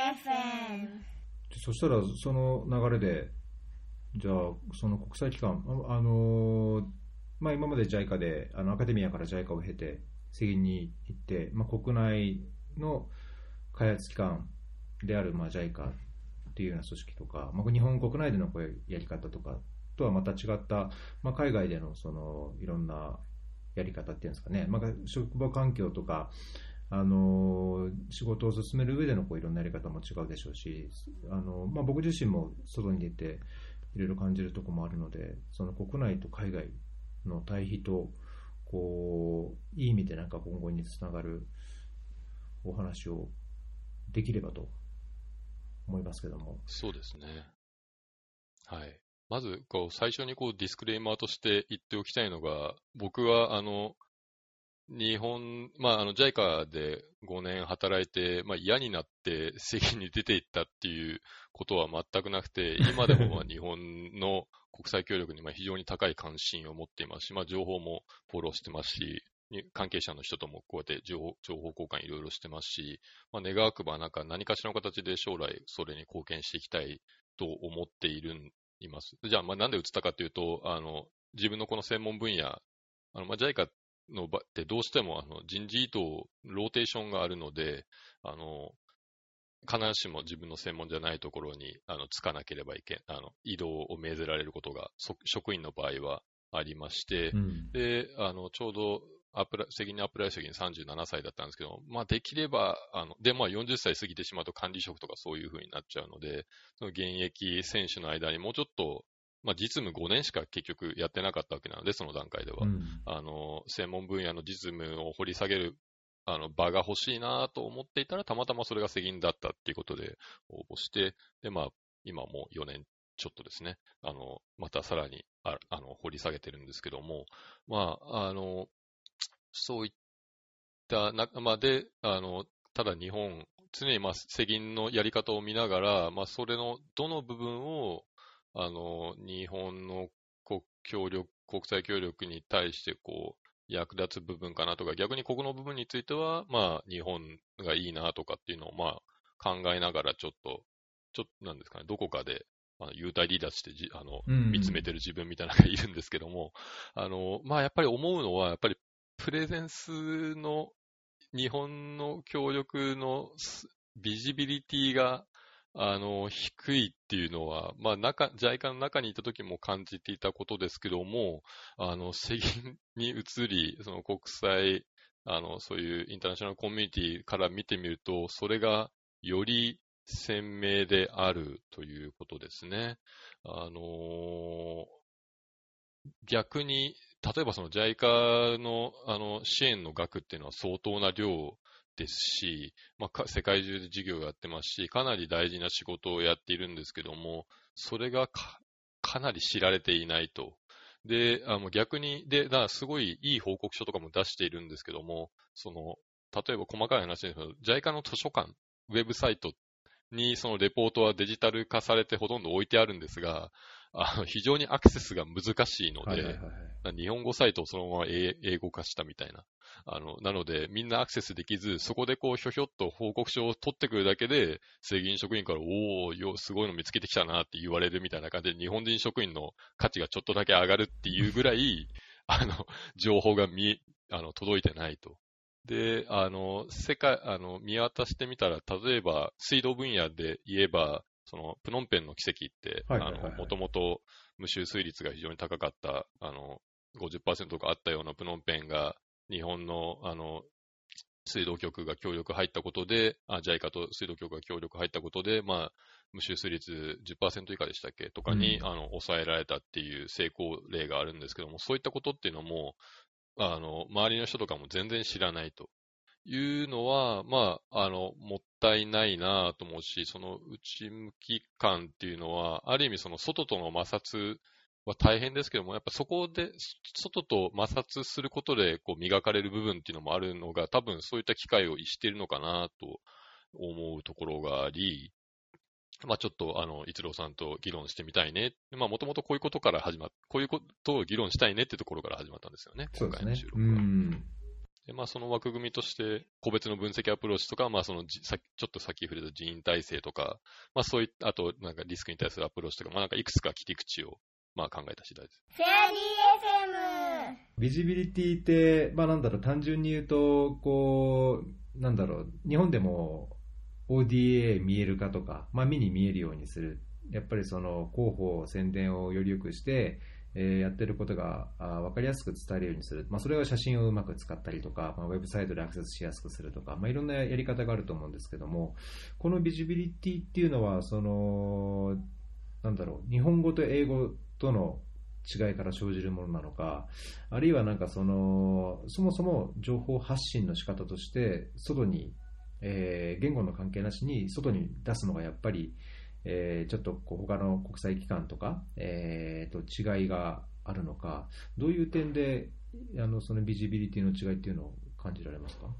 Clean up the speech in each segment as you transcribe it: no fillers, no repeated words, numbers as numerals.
そしたらその流れで、じゃあその国際機関、今まで JICA でアカデミアから JICA を経て世銀に行って、国内の開発機関であるJICA っていうような組織とか、日本国内でのこういうやり方とかとはまた違った、海外でのそのいろんなやり方っていうんですかね、職場環境とか仕事を進める上でのこういろんなやり方も違うでしょうし、僕自身も外に出ていろいろ感じるところもあるので、その国内と海外の対比とこういい意味でなんか今後につながるお話をできればと思いますけども。 そうですね。はい。まず最初にディスクレーマーとして言っておきたいのが、僕は日本、JICA で5年働いて、嫌になって世間に出ていったっていうことは全くなくて、今でも日本の国際協力に非常に高い関心を持っていますし、情報もフォローしてますし、関係者の人ともこうやって情報交換いろいろしてますし、願わくば何かしらの形で将来それに貢献していきたいと思っています。じゃあ、なんで移ったかというと、自分のこの専門分野、JICA の場ってどうしても人事異動、ローテーションがあるので、必ずしも自分の専門じゃないところにつかなければいけない、異動を命ぜられることが職員の場合はありまして、で、ちょうど世銀にアプライした時に37歳だったんですけど、できれば、40歳過ぎてしまうと管理職とかそういう風になっちゃうので、その現役選手の間にもうちょっと、実務5年しか結局やってなかったわけなので、その段階では。専門分野の実務を掘り下げる、場が欲しいなと思っていたら、たまたまそれが世銀だったっていうことで応募して、で、今もう4年ちょっとですね、またさらに、掘り下げてるんですけども、そういった中で、ただ日本、常に世銀のやり方を見ながら、それのどの部分を、日本の国際協力に対して役立つ部分かなとか、逆にここの部分については、日本がいいなとかっていうのを、考えながらちょっとなんですかね、どこかで、幽体離脱して見つめてる自分みたいなのがいるんですけども、やっぱり思うのは、やっぱりプレゼンスの日本の協力のビジビリティが、低いっていうのは、JICA の中にいた時も感じていたことですけども、世銀に移り、その国際、そういうインターナショナルコミュニティから見てみると、それがより鮮明であるということですね。逆に、例えばその JICA の支援の額っていうのは相当な量ですし、世界中で事業をやってますし、かなり大事な仕事をやっているんですけども、それがかなり知られていないと。で、逆に、だからすごいいい報告書とかも出しているんですけども、例えば細かい話ですけど、JICA の図書館、ウェブサイトにそのレポートはデジタル化されてほとんど置いてあるんですが、非常にアクセスが難しいので、日本語サイトをそのまま英語化したみたいな。なので、みんなアクセスできず、そこでひょひょっと報告書を取ってくるだけで、世銀職員から、すごいの見つけてきたなって言われるみたいな感じで、日本人職員の価値がちょっとだけ上がるっていうぐらい、情報が届いてないと。で、見渡してみたら、例えば、水道分野で言えば、プノンペンの奇跡って、もともと無臭水率が非常に高かった、50% とかあったようなプノンペンが、日本の、水道局が協力入ったことで、JICA と水道局が協力入ったことで、無臭水率 10% 以下でしたっけとかに、抑えられたっていう成功例があるんですけども、そういったことっていうのも、周りの人とかも全然知らないというのは、もったいないなと思うし、その内向き感っていうのは、ある意味その外との摩擦は大変ですけども、やっぱそこで、外と摩擦することで磨かれる部分っていうのもあるのが、多分そういった機会を逸しているのかなと思うところがあり、ちょっと、一郎さんと議論してみたいね。もともとこういうことからこういうことを議論したいねってところから始まったんですよね。今回の収録は。 でその枠組みとして、個別の分析アプローチとか、ちょっとさっき触れた人員体制とか、そういった、あと、なんかリスクに対するアプローチとか、なんかいくつか切り口を、考えた次第です。 フェアリー FM。 ビジビリティって、単純に言うと、日本でも ODA 見える化とか、目に見えるようにする。やっぱりその広報、宣伝をより良くして、やってることが分かりやすく伝えるようにする、それは写真をうまく使ったりとか、ウェブサイトでアクセスしやすくするとか、いろんなやり方があると思うんですけども、このビジビリティっていうのは日本語と英語との違いから生じるものなのか、あるいはそもそも情報発信の仕方として外に、言語の関係なしに外に出すのがやっぱりちょっと他の国際機関とか、違いがあるのか、どういう点でそのビジビリティの違いっていうのを感じられますか？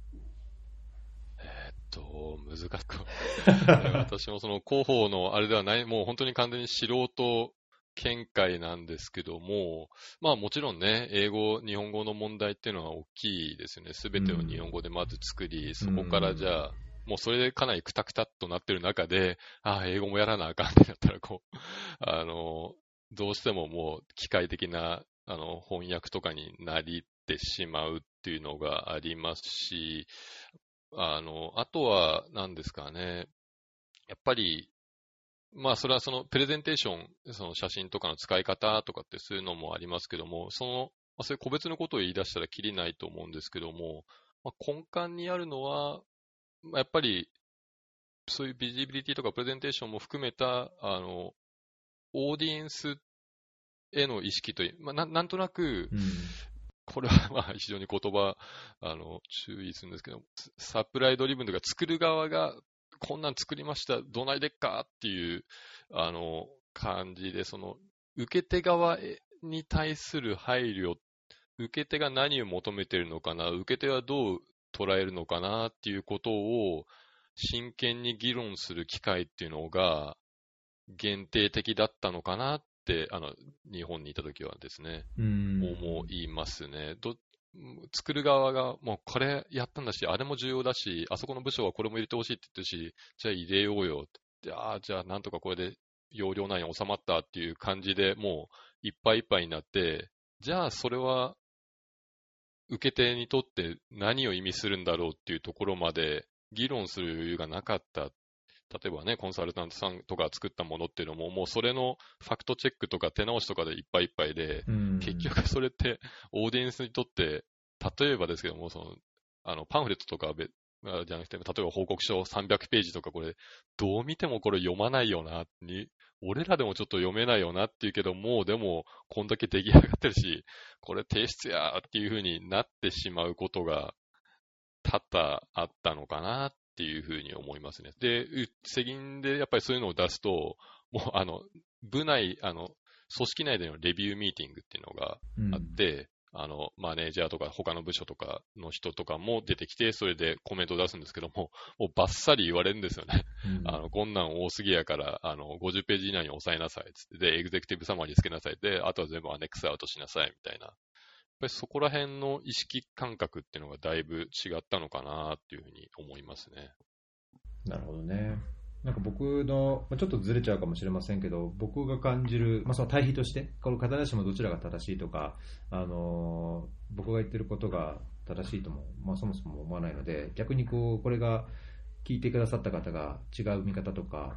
難しく私もその広報のあれではない、もう本当に完全に素人見解なんですけども、もちろんね、英語、日本語の問題っていうのは大きいですよね。すべてを日本語でまず作り、そこからじゃあ、もうそれでかなりクタクタっとなってる中で、英語もやらなあかんってなったら、どうしてももう機械的な、翻訳とかになりってしまうっていうのがありますし、あとは何ですかね、やっぱり、それはそのプレゼンテーション、その写真とかの使い方とかってそういうのもありますけども、そういう個別のことを言い出したらきりないと思うんですけども、根幹にあるのは、やっぱり、そういうビジビリティとかプレゼンテーションも含めた、オーディエンスへの意識という、なんとなく、これは非常に言葉、注意するんですけど、サプライドリブンというか作る側が、こんなん作りました、どないでっかっていう、感じで、受け手側に対する配慮、受け手が何を求めているのかな、受け手はどう捉えるのかなっていうことを真剣に議論する機会っていうのが限定的だったのかなって、日本にいたときはですね、思いますね。作る側がもうこれやったんだし、あれも重要だし、あそこの部署はこれも入れてほしいって言ってるし、じゃあ入れようよって、じゃあなんとかこれで容量内に収まったっていう感じでもういっぱいいっぱいになって、じゃあそれは受け手にとって何を意味するんだろうっていうところまで議論する余裕がなかった。例えばね、コンサルタントさんとか作ったものっていうのも、もうそれのファクトチェックとか手直しとかでいっぱいいっぱいで、結局それってオーディエンスにとって、例えばですけども、パンフレットとかじゃなくて、例えば報告書300ページとかこれ、どう見てもこれ読まないよな、俺らでもちょっと読めないよなっていうけども、でも、こんだけ出来上がってるし、これ提出やっていう風になってしまうことが多々あったのかなっていう風に思いますね。で、責任でやっぱりそういうのを出すと、もう部内、組織内でのレビューミーティングっていうのがあって、マネージャーとか他の部署とかの人とかも出てきて、それでコメントを出すんですけども、もうバッサリ言われるんですよね。こんなん多すぎやから、50ページ以内に抑えなさいっつって、で、エグゼクティブサマリーつけなさい。で、あとは全部アネックスアウトしなさいみたいな。やっぱりそこら辺の意識感覚っていうのがだいぶ違ったのかなっていうふうに思いますね。 なるほどね。なんか僕の、ちょっとずれちゃうかもしれませんけど、僕が感じる、その対比として、この必ずしもどちらが正しいとか、僕が言ってることが正しいとも、そもそも思わないので、逆にこれが聞いてくださった方が違う見方とか、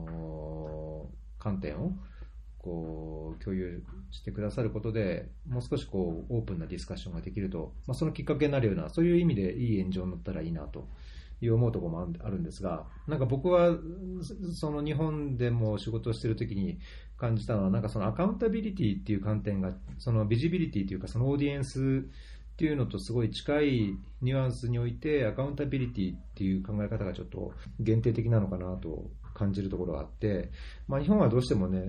観点を共有してくださることで、もう少しオープンなディスカッションができると、そのきっかけになるような、そういう意味でいい炎上になったらいいなと。思うところもあるんですが、なんか僕はその日本でも仕事をしているときに感じたのは、なんかそのアカウンタビリティっていう観点が、そのビジビリティというかそのオーディエンスっていうのとすごい近いニュアンスにおいて、アカウンタビリティっていう考え方がちょっと限定的なのかなと感じるところがあって、日本はどうしてもね、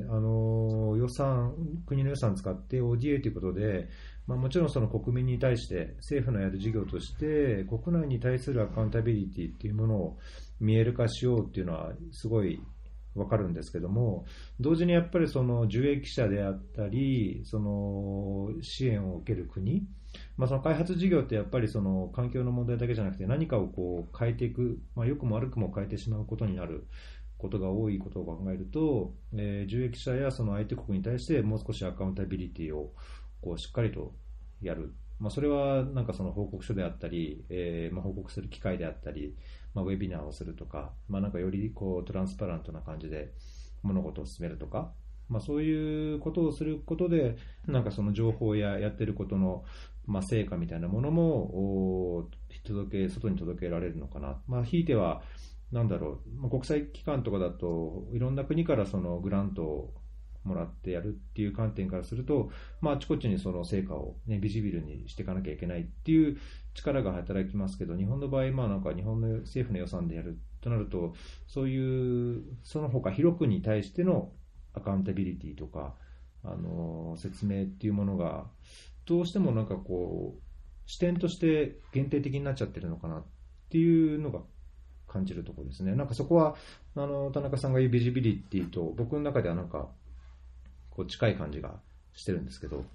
国の予算を使って ODA ということで、もちろんその国民に対して政府のやる事業として国内に対するアカウンタビリティっていうものを見える化しようっていうのはすごい分かるんですけども、同時にやっぱりその受益者であったり、その支援を受ける国、その開発事業ってやっぱりその環境の問題だけじゃなくて何かをこう変えていく、良くも悪くも変えてしまうことになることが多いことを考えると、受益者やその相手国に対してもう少しアカウンタビリティをこうしっかりとやる。それはなんかその報告書であったり、報告する機会であったり、ウェビナーをするとか、なんかよりこうトランスパラントな感じで物事を進めるとか、そういうことをすることで、なんかその情報ややってることの成果みたいなものも外に届けられるのかな。ひいてはなんだろう、国際機関とかだといろんな国からそのグラントをもらってやるっていう観点からすると、あちこちにその成果を、ビジビルにしていかなきゃいけないっていう力が働きますけど、日本の場合、なんか日本の政府の予算でやるとなると、そういうその他広くに対してのアカウンタビリティとか、説明っていうものがどうしてもなんかこう視点として限定的になっちゃってるのかなっていうのが感じるところですね。なんかそこは田中さんが言うビジビリティと僕の中ではなんかこう近い感じがしてるんですけど。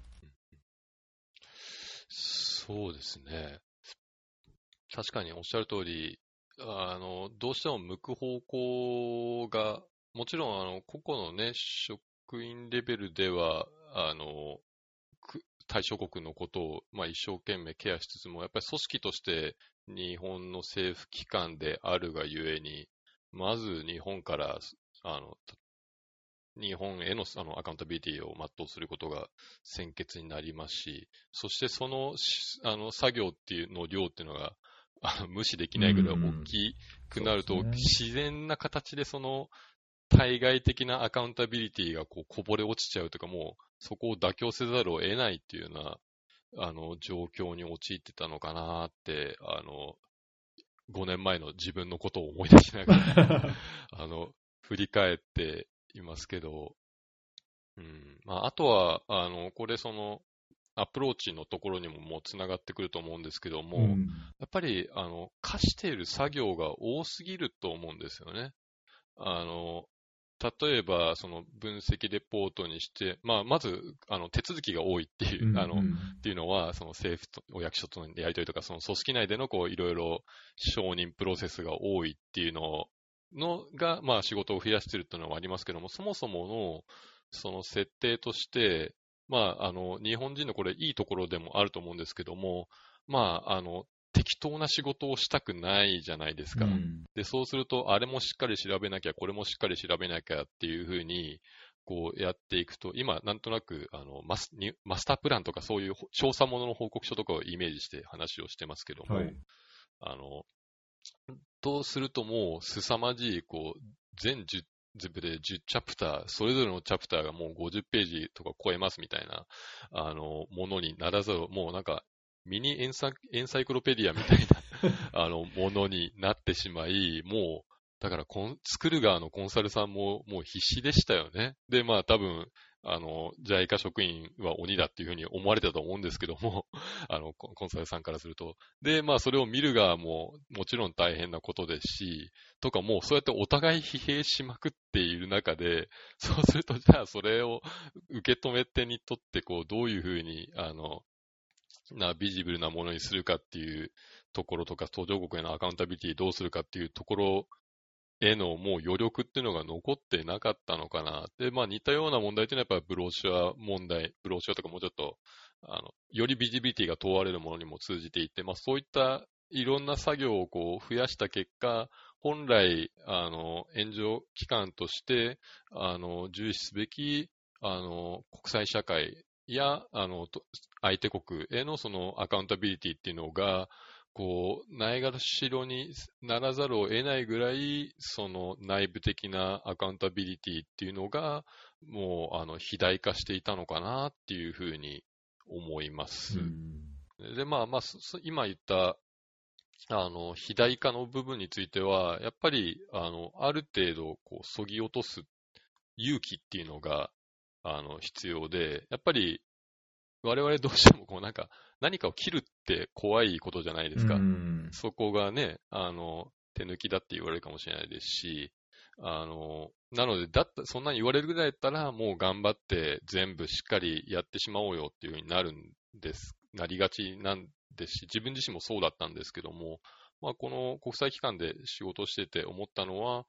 そうですね。確かにおっしゃる通り、どうしても向く方向が、もちろん個々のね、職員レベルでは、対象国のことを、一生懸命ケアしつつも、やっぱり組織として日本の政府機関であるがゆえに、まず日本から、日本へのアカウンタビリティを全うすることが先決になりますし、そしてその作業っていうの量っていうのが無視できないぐらい大きくなると、自然な形でその対外的なアカウンタビリティがこぼれ落ちちゃうというか、もうそこを妥協せざるを得ないっていうような状況に陥ってたのかなって5年前の自分のことを思い出しながら振り返っていますけど、あとは、これアプローチのところにももうつながってくると思うんですけども、やっぱり、課している作業が多すぎると思うんですよね。例えば、その分析レポートにして、まず、手続きが多いっていう、っていうのは、その政府と、お役所とのやり取りとか、その組織内でのいろいろ承認プロセスが多いっていうのが、仕事を増やしているっていうのはありますけども、そもそもの、その設定として、日本人のこれいいところでもあると思うんですけども、適当な仕事をしたくないじゃないですか。で、そうすると、あれもしっかり調べなきゃ、これもしっかり調べなきゃっていうふうに、こうやっていくと、今、なんとなく、マスタープランとかそういう調査ものの報告書とかをイメージして話をしてますけども、とするともう、凄まじい、全部で10チャプター、それぞれのチャプターがもう50ページとか超えますみたいな、ものにならざる、もうなんか、ミニエンサイクロペディアみたいな、ものになってしまい、もう、だから作る側のコンサルさんももう必死でしたよね。で、多分、JICA 職員は鬼だっていうふうに思われてたと思うんですけども、コンサルさんからすると。で、それを見る側ももちろん大変なことですし、とかもうそうやってお互い疲弊しまくっている中で、そうするとじゃあそれを受け止め手にとってどういうふうに、ビジブルなものにするかっていうところとか、途上国へのアカウンタビリティどうするかっていうところへのもう余力っていうのが残ってなかったのかな。で、似たような問題っていうのはやっぱりブローシュア問題、ブローシュアとかもうちょっと、よりビジビリティが問われるものにも通じていて、そういったいろんな作業を増やした結果、本来、援助機関として、重視すべき、国際社会や、相手国へのそのアカウンタビリティっていうのが、ないがしろにならざるを得ないぐらい、その内部的なアカウンタビリティっていうのが、もう、肥大化していたのかなっていうふうに思います。で、今言った、肥大化の部分については、やっぱり、ある程度、削ぎ落とす勇気っていうのが、必要で、やっぱり、我々どうしても何かを切るって怖いことじゃないですか。そこがね、手抜きだって言われるかもしれないですし、 なので、そんなに言われるぐらいだったら、もう頑張って全部しっかりやってしまおうよっていう風になりがちなんですし、自分自身もそうだったんですけども、まあ、この国際機関で仕事してて思ったのは、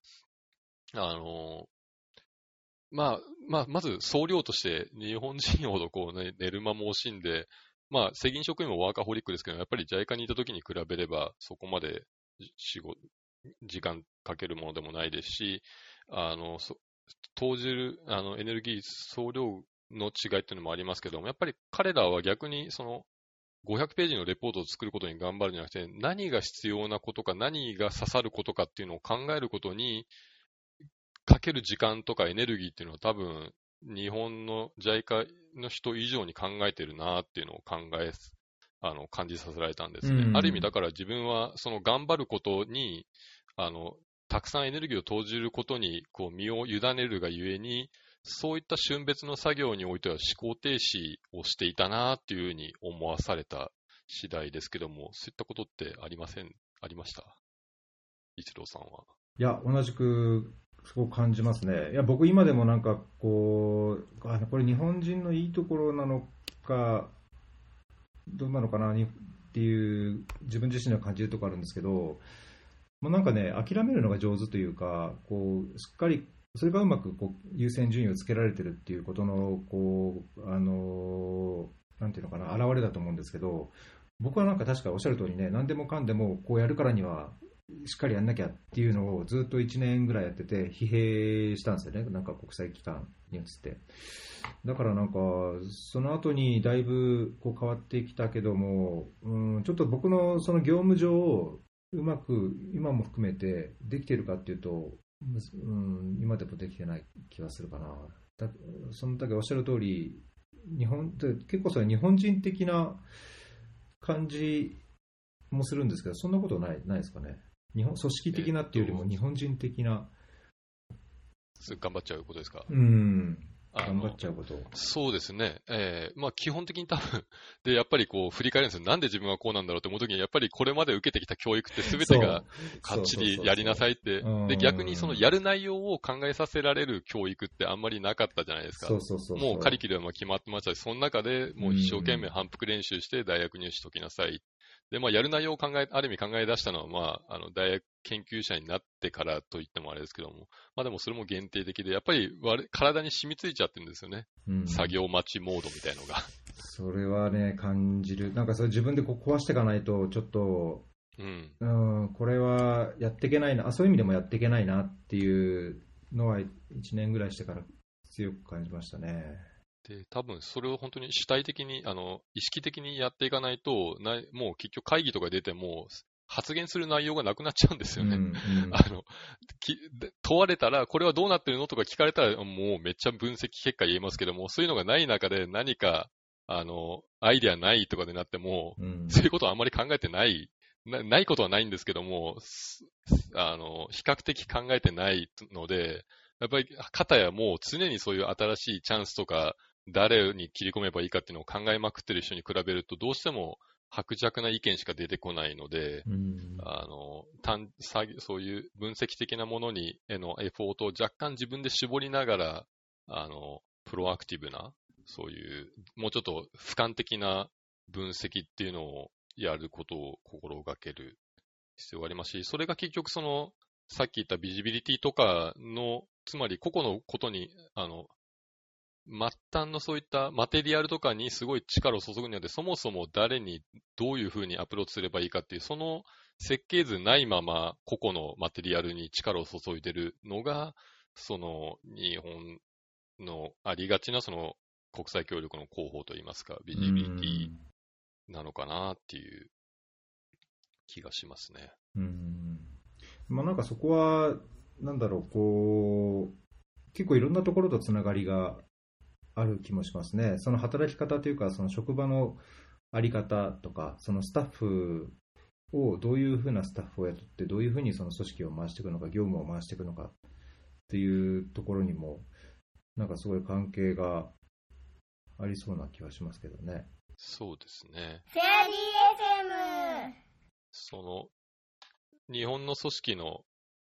まず総量として日本人ほどこうね、寝る間も惜しんで、まあ、責任職員もワーカホリックですけど、やっぱり JICA にいた時に比べれば、そこまで時間かけるものでもないですし、投じる、エネルギー総量の違いっていうのもありますけども、やっぱり彼らは逆にその、500ページのレポートを作ることに頑張るんじゃなくて、何が必要なことか、何が刺さることかっていうのを考えることに、かける時間とかエネルギーっていうのは多分、日本の JICA の人以上に考えてるなっていうのを感じさせられたんですね。ある意味だから自分はその頑張ることに、たくさんエネルギーを投じることにこう身を委ねるがゆえに、そういった瞬別の作業においては思考停止をしていたなっていうふうに思わされた次第ですけども、そういったことってありました一郎さんは。 いや、同じくそう感じますね。いや、僕今でもなんかこう、これ日本人のいいところなのか、どうなのかなっていう自分自身の感じるところあるんですけど、もうなんかね、諦めるのが上手というか、こうしっかりそれがうまくこう優先順位をつけられてるっていうことのこうなんていうのかな、現れだと思うんですけど、僕はなんか確かおっしゃる通りね、何でもかんでもこうやるからにはしっかりやんなきゃっていうのをずっと1年ぐらいやってて疲弊したんですよね、なんか国際機関に移って。だからなんかその後にだいぶこう変わってきたけども、ちょっと僕のその業務上うまく今も含めてできているかっていうと、今でもできてない気がするかな。その時おっしゃる通り、結構それ日本人的な感じもするんですけど、そんなことないですかね。組織的なっていうよりも日本人的な。 頑張っちゃうことですか。 頑張っちゃうこと。 そうですね。まあ基本的に多分、で、やっぱりこう振り返るんですよ。なんで自分はこうなんだろうって思うときに、やっぱりこれまで受けてきた教育って全てがかっちりやりなさいって。で、逆にそのやる内容を考えさせられる教育ってあんまりなかったじゃないですか。もうカリキュラムは決まってましたし、その中でもう一生懸命反復練習して大学入試解きなさい。で、まあ、やる内容をある意味考え出したのは、まあ、大学研究者になってからと言ってもあれですけども、まあでもそれも限定的で、やっぱり体に染みついちゃってるんですよね。作業待ちモードみたいのが。 それはね、感じる。なんかそれ自分でこう壊していかないと、ちょっと、これはやっていけないな、そういう意味でもやっていけないなっていうのは1年ぐらいしてから強く感じましたね。 で、多分それを本当に主体的に、意識的にやっていかないと、もう結局会議とか出ても、発言する内容がなくなっちゃうんですよね。問われたら、これはどうなってるのとか聞かれたら、もうめっちゃ分析結果言えますけども、そういうのがない中で何か、アイデアないとかでなっても、そういうことはあんまり考えてないことはないんですけども、比較的考えてないので、やっぱり、片やもう常にそういう新しいチャンスとか、誰に切り込めばいいかっていうのを考えまくってる人に比べると、どうしても薄弱な意見しか出てこないので、そういう分析的なものへのエフォートを若干自分で絞りながら、プロアクティブな、そういう、もうちょっと俯瞰的な分析っていうのをやることを心がける必要がありますし、それが結局さっき言ったビジビリティとかの、つまり個々のことに、末端のそういったマテリアルとかにすごい力を注ぐにはで、そもそも誰にどういうふうにアプローチすればいいかっていう、その設計図ないまま個々のマテリアルに力を注いでるのが、その日本のありがちなその国際協力の広報といいますか、ビジビリティなのかなっていう気がしますね。 まあなんかそこは、なんだろう、こう、結構いろんなところとつながりがある気もしますね。その働き方というか、その職場のあり方とか、そのスタッフをどういうふうなスタッフを雇って、どういうふうにその組織を回していくのか、業務を回していくのかっていうところにも、なんかすごい関係がありそうな気がしますけどね。 そうですね。 フェアリー FM。 日本の組織の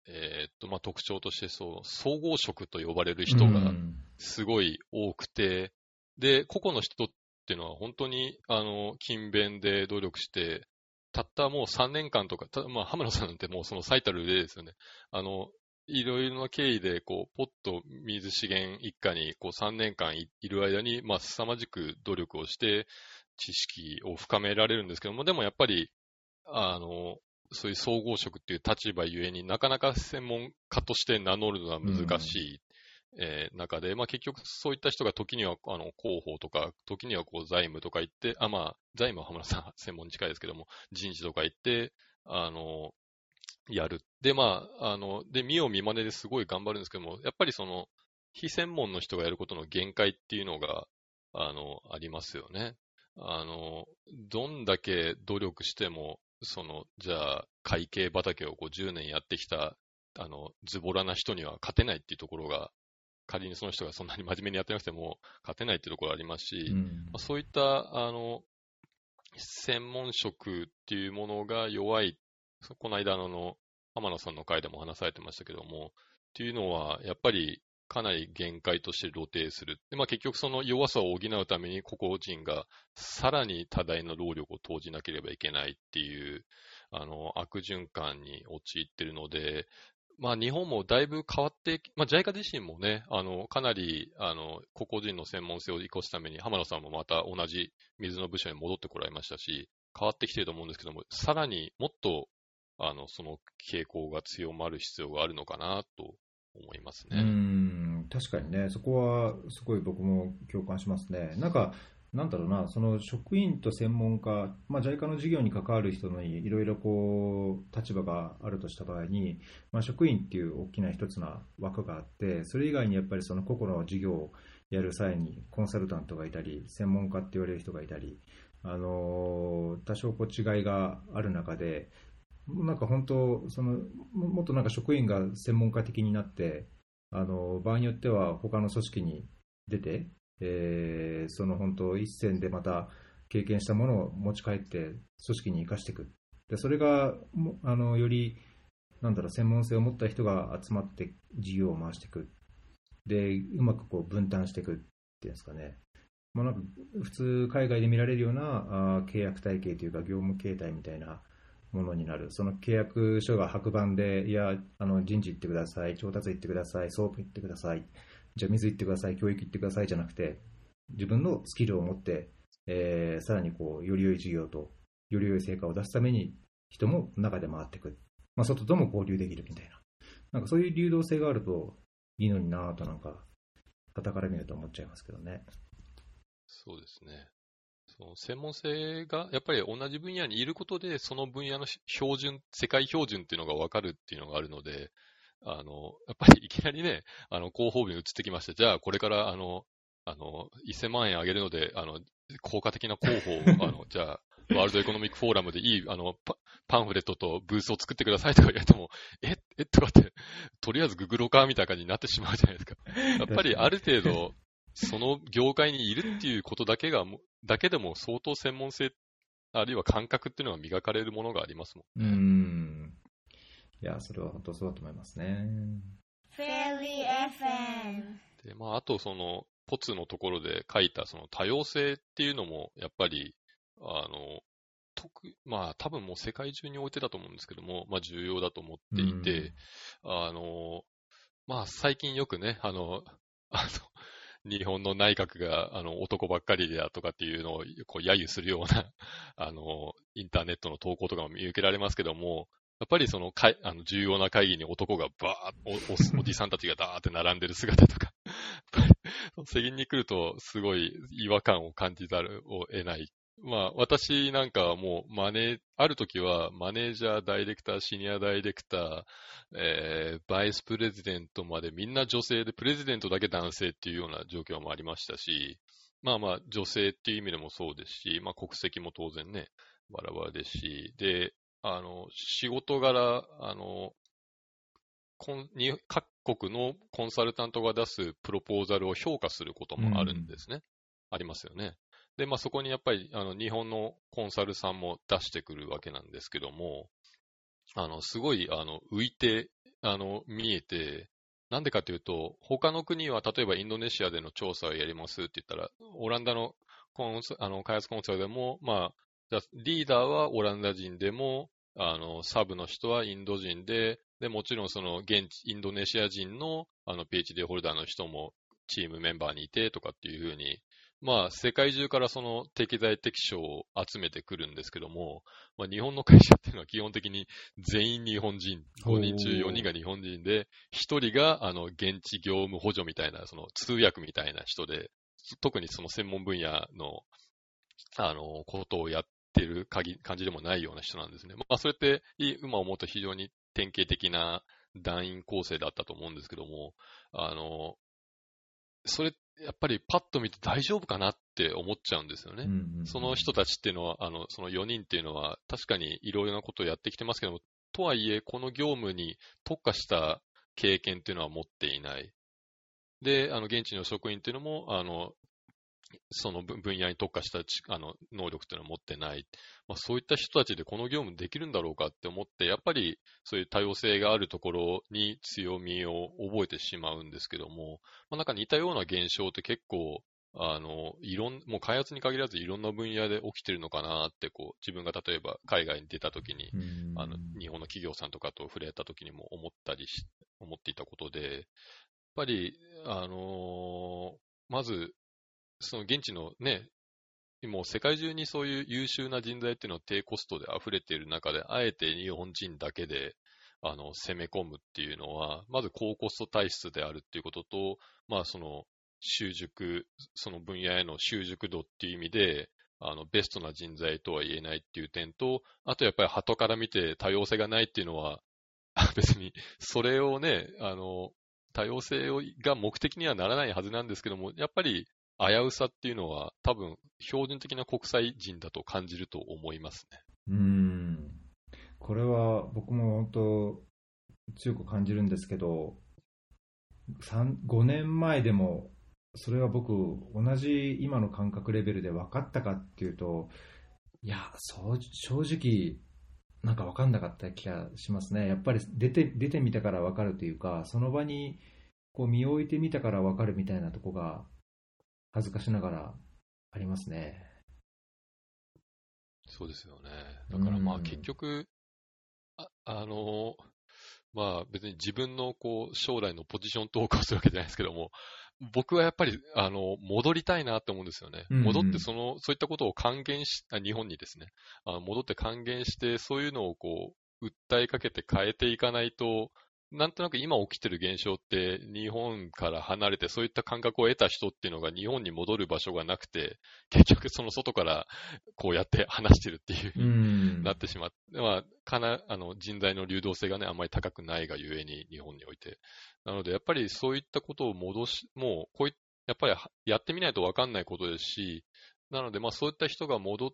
まあ、特徴として総合職と呼ばれる人がすごい多くて、で、個々の人っていうのは本当に、勤勉で努力して、たったもう3年間とか、まあ、浜野さんなんてもうその最たる例ですよね。いろいろな経緯で、ポッと水資源一家に、3年間いる間に、まあ、凄まじく努力をして、知識を深められるんですけども、でもやっぱり、そういう総合職っていう立場ゆえになかなか専門家として名乗るのは難しい、中で、まあ、結局そういった人が時には広報とか、時には財務とか言って、まあ、財務は浜田さん専門に近いですけども、人事とか言って、やる。で、まあ、で、見よう見まねですごい頑張るんですけども、やっぱり非専門の人がやることの限界っていうのが、ありますよね。どんだけ努力しても、じゃあ、会計畑を10年やってきた、ズボラな人には勝てないっていうところが、仮にその人がそんなに真面目にやってなくても、勝てないっていうところがありますし、まあ、そういった、専門職っていうものが弱い、この間浜野さんの回でも話されてましたけども、っていうのは、やっぱりかなり限界として露呈する。で、まあ結局その弱さを補うために個々人がさらに多大な労力を投じなければいけないっていう、悪循環に陥ってるので、まあ日本もだいぶ変わって、まあ JICA 自身もね、かなり、個々人の専門性を生かすために、浜野さんもまた同じ水の部署に戻ってこられましたし、変わってきてると思うんですけども、さらにもっと、その傾向が強まる必要があるのかなと思いますね。 確かにね、そこはすごい僕も共感しますね。なんだろうな、その職員と専門家、まあ、JICA の事業に関わる人にいろいろ立場があるとした場合に、まあ、職員っていう大きな一つの枠があって、それ以外にやっぱりその個々の事業をやる際にコンサルタントがいたり、専門家って言われる人がいたり、多少違いがある中で、なんか本当、もっとなんか職員が専門家的になって、場合によっては他の組織に出て、その本当一線でまた経験したものを持ち帰って組織に生かしていく。で、それがより専門性を持った人が集まって事業を回していく。で、うまく分担していくっていうんですかね。まあ、なんか普通海外で見られるような契約体系というか業務形態みたいなものになる。その契約書が白板で、いや、人事行ってください、調達行ってください、ソープ行ってください、じゃあ水行ってください、教育行ってくださいじゃなくて、自分のスキルを持って、さらにより良い事業と、より良い成果を出すために、人も中で回っていく。まあ、外とも交流できるみたいな。なんかそういう流動性があるといいのになぁと傍から見ると思っちゃいますけどね。 そうですね。その専門性がやっぱり同じ分野にいることで、その分野の標準、世界標準っていうのが分かるっていうのがあるので、やっぱりいきなりね、広報部に移ってきまして、じゃあこれから1000万円あげるので、効果的な広報を、じゃあ、ワールドエコノミックフォーラムでいい、パンフレットとブースを作ってくださいとか言われても、とかって、とりあえずググろうかみたいな感じになってしまうじゃないですか。やっぱりある程度、その業界にいるっていうことだけでも相当専門性、あるいは感覚っていうのが磨かれるものがありますもんね。 いや、それは本当そうだと思いますね。 フェリー FM。 で、まあ、あとポツのところで書いたその多様性っていうのも、やっぱり、まあ、多分もう世界中においてだと思うんですけども、まあ、重要だと思っていて、まあ、最近よくね、日本の内閣が、男ばっかりでとかっていうのを、揶揄するような、インターネットの投稿とかも見受けられますけども、やっぱり重要な会議に男がバーッ、おじさんたちがダーって並んでる姿とか、責任に来るとすごい違和感を感じざるを得ない。まあ、私なんかはもうある時はマネージャー、ダイレクター、シニアダイレクター、バイスプレジデントまでみんな女性で、プレジデントだけ男性っていうような状況もありましたし、まあまあ、女性っていう意味でもそうですし、まあ国籍も当然ね、バラバラですし、で、仕事柄、各国のコンサルタントが出すプロポーザルを評価することもあるんですね。ありますよね。で、まあそこにやっぱり、日本のコンサルさんも出してくるわけなんですけども、 すごい、浮いて、見えて、なんでかというと、他の国は、例えばインドネシアでの調査をやりますって言ったら、オランダの開発コンサルでも、じゃあリーダーはオランダ人でも、サブの人はインド人で、もちろんその現地、インドネシア人の、PhD ホルダーの人もチームメンバーにいてとかっていうふうに、世界中からその適材適所を集めてくるんですけども、日本の会社っていうのは基本的に全員日本人、5人中4人が日本人で、1人が現地業務補助みたいな、その通訳みたいな人で、特にその専門分野の、ことをやってる感じでもないような人なんですね。それって、今思うと非常に典型的な団員構成だったと思うんですけども、それ、やっぱりパッと見て大丈夫かなって思っちゃうんですよね。その人たちっていうのは、その4人っていうのは、確かにいろいろなことをやってきてますけども、とはいえ、この業務に特化した経験っていうのは持っていない。で、現地の職員っていうのも、その分野に特化した能力っていうのは持ってない。そういった人たちでこの業務できるんだろうかって思って、やっぱりそういう多様性があるところに強みを覚えてしまうんですけども、なんか似たような現象って結構、もう開発に限らずいろんな分野で起きてるのかなって、自分が例えば海外に出た時に、日本の企業さんとかと触れた時にも思っていたことで、やっぱり、まず、その現地のね、もう世界中にそういう優秀な人材っていうのは低コストで溢れている中で、あえて日本人だけで、攻め込むっていうのは、まず高コスト体質であるっていうことと、そのその分野への習熟度っていう意味で、ベストな人材とは言えないっていう点と、あとやっぱり後から見て多様性がないっていうのは、別に、それをね、多様性が目的にはならないはずなんですけども、やっぱり危うさっていうのは多分標準的な国際人だと感じると思いますね。 これは僕も本当強く感じるんですけど、5年前でもそれは僕同じ今の感覚レベルで分かったかっていうと、いや正直なんか分かんなかった気がしますね。やっぱり出てみたから分かるというか、その場にこう身を置いてみたから分かるみたいなとこが恥ずかしながらありますね。 そうですよね。だから結局、別に自分の将来のポジショントークをするわけじゃないですけども、僕はやっぱり、戻りたいなって思うんですよね。戻ってそういったことを日本にですね、戻って還元して、そういうのを訴えかけて変えていかないと、なんとなく今起きてる現象って日本から離れてそういった感覚を得た人っていうのが日本に戻る場所がなくて、結局その外からこうやって話してるっていう風になってしまって、人材の流動性がね、あんまり高くないがゆえに日本において。なのでやっぱりそういったことをもうやっぱりやってみないとわかんないことですし、なのでそういった人が戻って、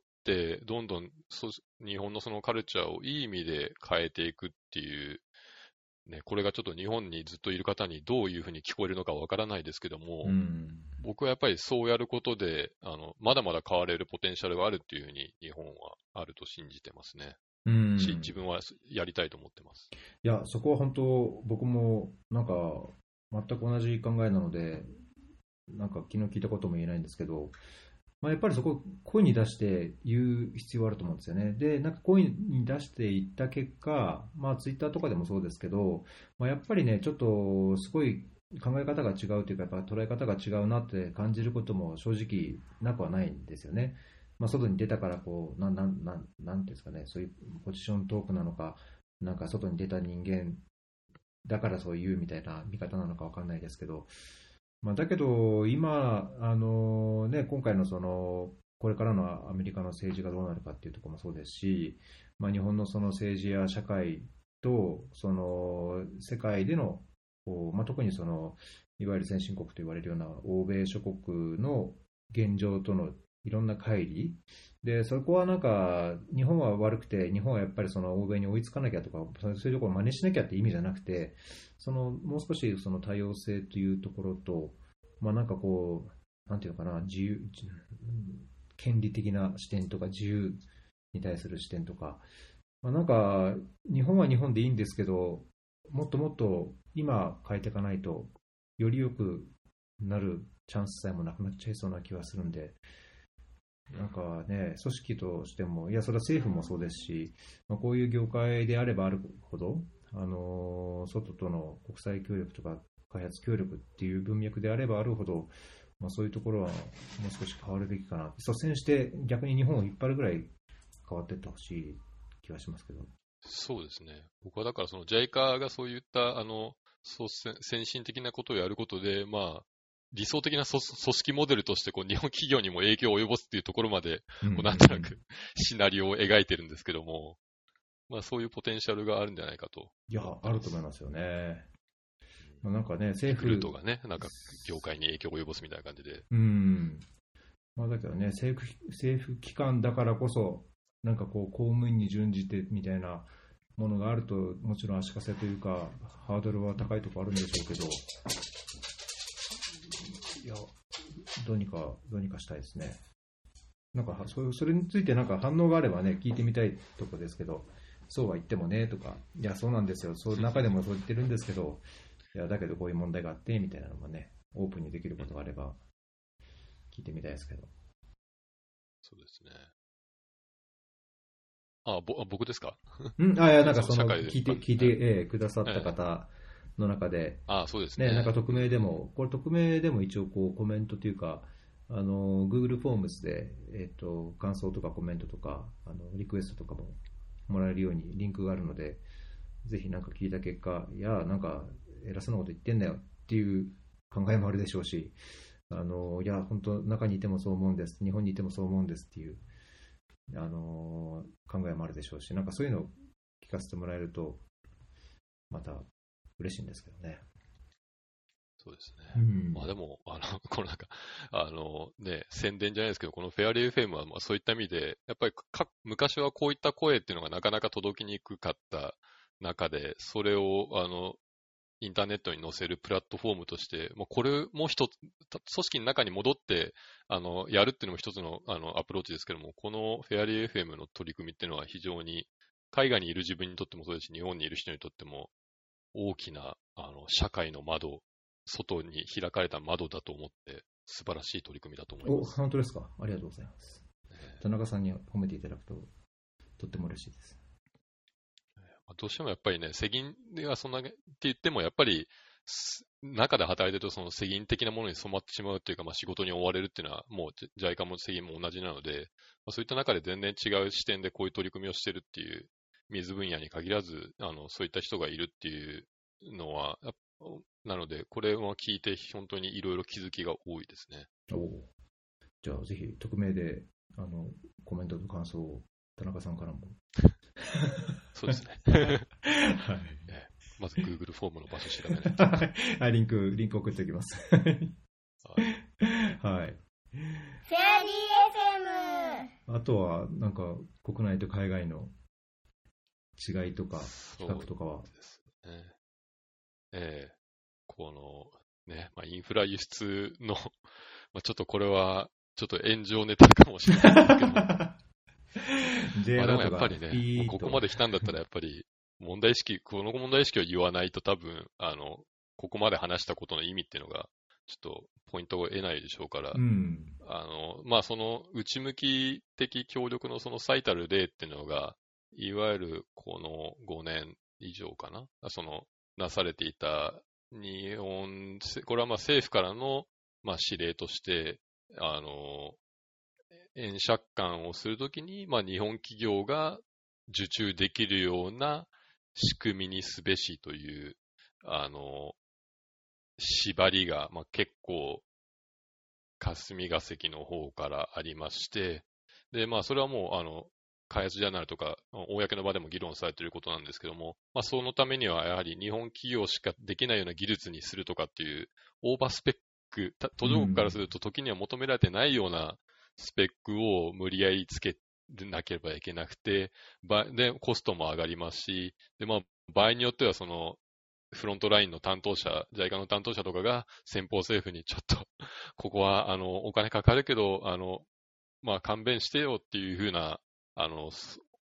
どんどん日本のそのカルチャーをいい意味で変えていくっていう、ね、これがちょっと日本にずっといる方にどういうふうに聞こえるのかわからないですけども、僕はやっぱりそうやることで、まだまだ変われるポテンシャルがあるっていうふうに日本はあると信じてますね。自分はやりたいと思ってます。 いや、そこは本当、僕もなんか全く同じ考えなので、なんか昨日聞いたことも言えないんですけど、やっぱりそこ声に出して言う必要があると思うんですよね。で、なんか声に出していった結果、ツイッターとかでもそうですけど、やっぱりね、ちょっとすごい考え方が違うというか、やっぱ捉え方が違うなって感じることも正直なくはないんですよね。外に出たからなんていうんですかね、そういうポジショントークなのか、なんか外に出た人間だからそう言うみたいな見方なのかわかんないですけど、だけど、今、今回のこれからのアメリカの政治がどうなるかっていうところもそうですし、日本のその政治や社会と、世界での、特にいわゆる先進国と言われるような欧米諸国の現状とのいろんな乖離で、そこはなんか、日本は悪くて、日本はやっぱり欧米に追いつかなきゃとか、そういうところを真似しなきゃって意味じゃなくて、もう少し多様性というところと、なんかなんていうのかな、権利的な視点とか、自由に対する視点とか、 なんか、日本は日本でいいんですけど、もっともっと今変えていかないと、より良くなるチャンスさえもなくなっちゃいそうな気がするんで、なんかね、組織としても、いや、それは政府もそうですし、こういう業界であればあるほど、外との国際協力とか開発協力っていう文脈であればあるほど、そういうところはもう少し変わるべきかな。率先して逆に日本を引っ張るぐらい変わっていってほしい気がしますけど。 そうですね。僕はだからその JICA がそういったそう先進的なことをやることで、理想的な組織モデルとしてこう日本企業にも影響を及ぼすっていうところまで、なんとなくシナリオを描いてるんですけども、そういうポテンシャルがあるんじゃないかと。 いや、あると思いますよね。なんかね、 政府。リクルートがね、なんか業界に影響を及ぼすみたいな感じで。 だけどね、政府機関だからこそ、なんかこう、公務員に準じてみたいなものがあると、もちろん足かせというか、ハードルは高いところあるんでしょうけど、いや、どうにかしたいですね。なんかそれについてなんか反応があればね、聞いてみたいところですけど、そうは言ってもねとか、いや、そうなんですよ、そう中でもそう言ってるんですけど、いや、だけどこういう問題があってみたいなのもね、オープンにできることがあれば、聞いてみたいですけど。 そうですね。僕ですか？ いや、なんかその聞いてくださった方の中で、 そうですね。 なんか匿名でも、これ匿名でも一応こうコメントというか、Google フォームスで、感想とかコメントとか、リクエストとかももらえるようにリンクがあるので、ぜひなんか聞いた結果、いや、なんか偉そうなこと言ってんだよっていう考えもあるでしょうし、いや、本当中にいてもそう思うんです、日本にいてもそう思うんですっていう、考えもあるでしょうし、なんかそういうのを聞かせてもらえると、また嬉しいんですけどね。 そうですね。でも、このなんか、宣伝じゃないですけど、このフェアリー FM はそういった意味で、やっぱり昔はこういった声っていうのがなかなか届きにくかった中で、それを、インターネットに載せるプラットフォームとして、これも一つ、組織の中に戻って、やるっていうのも一つの、アプローチですけども、このフェアリー FM の取り組みっていうのは非常に、海外にいる自分にとってもそうですし、日本にいる人にとっても、大きな、社会の窓、外に開かれた窓だと思って、素晴らしい取り組みだと思います。 本当ですか？ありがとうございます。田中さんに褒めていただくと、とっても嬉しいです。 どうしてもやっぱりね、世銀がそんなって言っても、やっぱり、中で働いてると、その世銀的なものに染まってしまうというか、仕事に追われるっていうのは、もう、JICA も世銀も同じなので、そういった中で全然違う視点でこういう取り組みをしてるっていう、水分野に限らず、そういった人がいるっていうのは、なので、これを聞いて、本当にいろいろ気づきが多いですね。 じゃあ、ぜひ、匿名で、コメントと感想を、田中さんからも。 そうですね。はい。まず Google フォームの場所調べないと。 リンク送っておきます。はい。 フェアリー FM。 あとは、なんか、国内と海外の違いとか、比較とかは。 そうですね。この、ね、インフラ輸出の、ちょっとこれは、ちょっと炎上ネタかもしれないですけど。でもやっぱりね、ここまで来たんだったらやっぱりこの問題意識を言わないと多分、ここまで話したことの意味っていうのが、ちょっとポイントを得ないでしょうから、その内向き的協力のその最たる例っていうのが、いわゆるこの5年以上かな、なされていた日本、これは政府からの指令として、円借款をするときに、日本企業が受注できるような仕組みにすべしという、縛りが、結構、霞が関の方からありまして、で、それはもう、開発ジャーナルとか、公の場でも議論されていることなんですけども、そのためにはやはり日本企業しかできないような技術にするとかっていう、オーバースペック、途上国からすると時には求められてないようなスペックを無理やりつけなければいけなくて、で、コストも上がりますし、で、場合によってはその、フロントラインの担当者、JICA の担当者とかが先方政府にちょっと、ここは、お金かかるけど、勘弁してよっていうふうな、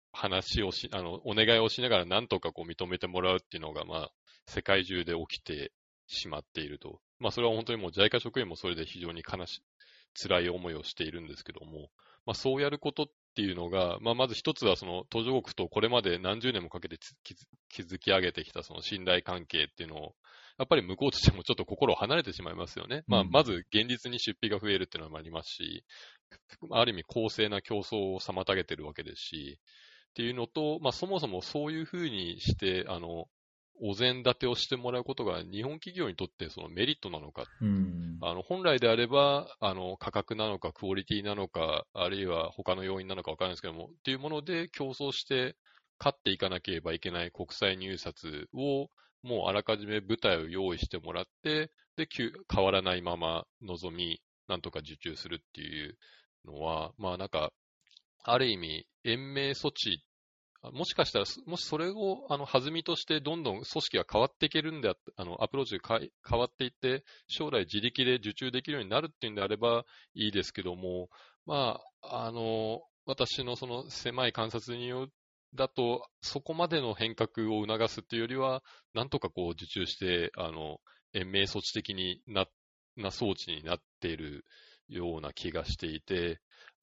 話をお願いをしながらなんとかこう認めてもらうっていうのが、まあ、世界中で起きてしまっていると。まあ、それは本当にもう JICA 職員もそれで非常に辛い思いをしているんですけども、まあ、そうやることっていうのが、まあ、まず一つはその途上国とこれまで何十年もかけて築き上げてきたその信頼関係っていうのを、やっぱり向こうとしてもちょっと心を離れてしまいますよね。まあ、まず現実に出費が増えるっていうのもありますし、ある意味公正な競争を妨げてるわけですし、っていうのと、まあ、そもそもそういうふうにして、お膳立てをしてもらうことが日本企業にとってそのメリットなのか、本来であれば価格なのかクオリティなのかあるいは他の要因なのか分からないですけどもっていうもので競争して勝っていかなければいけない国際入札をもうあらかじめ舞台を用意してもらってで変わらないまま望みなんとか受注するっていうのはまあなんかある意味延命措置もしかしたら、もしそれを、弾みとしてどんどん組織が変わっていけるんでアプローチが変わっていって、将来自力で受注できるようになるっていうんであればいいですけども、まあ、私のその狭い観察によるだと、そこまでの変革を促すっていうよりは、なんとかこう受注して、延命措置的にな装置になっているような気がしていて、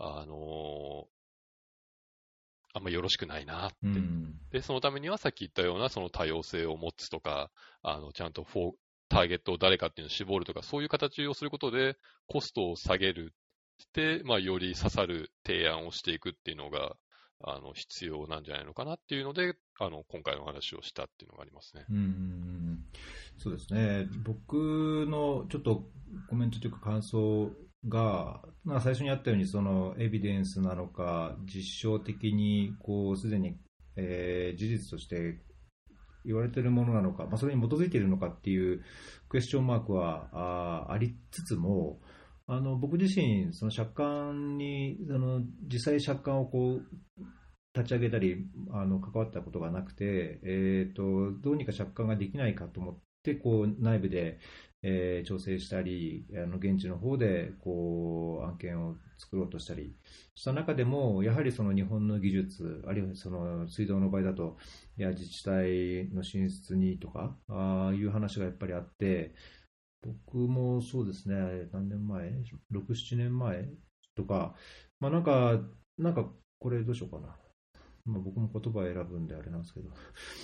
あんまよろしくないなって、で、そのためにはさっき言ったようなその多様性を持つとか、ちゃんとターゲットを誰かっていうのを絞るとか、そういう形をすることでコストを下げる。で、まあ、より刺さる提案をしていくっていうのが、必要なんじゃないのかなっていうので、今回の話をしたっていうのがありますね。 そうですね。僕のちょっとコメントというか感想が、まあ、最初にあったようにそのエビデンスなのか実証的にこうすでに、事実として言われているものなのか、まあ、それに基づいているのかっていうクエスチョンマークは ありつつも僕自身その借款に実際借款をこう立ち上げたり関わったことがなくて、どうにか借款ができないかと思ってこう内部で調整したり現地の方でこう案件を作ろうとしたりした中でもやはりその日本の技術あるいはその水道の場合だといや自治体の進出にとかいう話がやっぱりあって僕もそうですね何年前 6,7 年前とか、まあ、なんかこれどうしようかな、まあ、僕も言葉を選ぶんであれなんですけど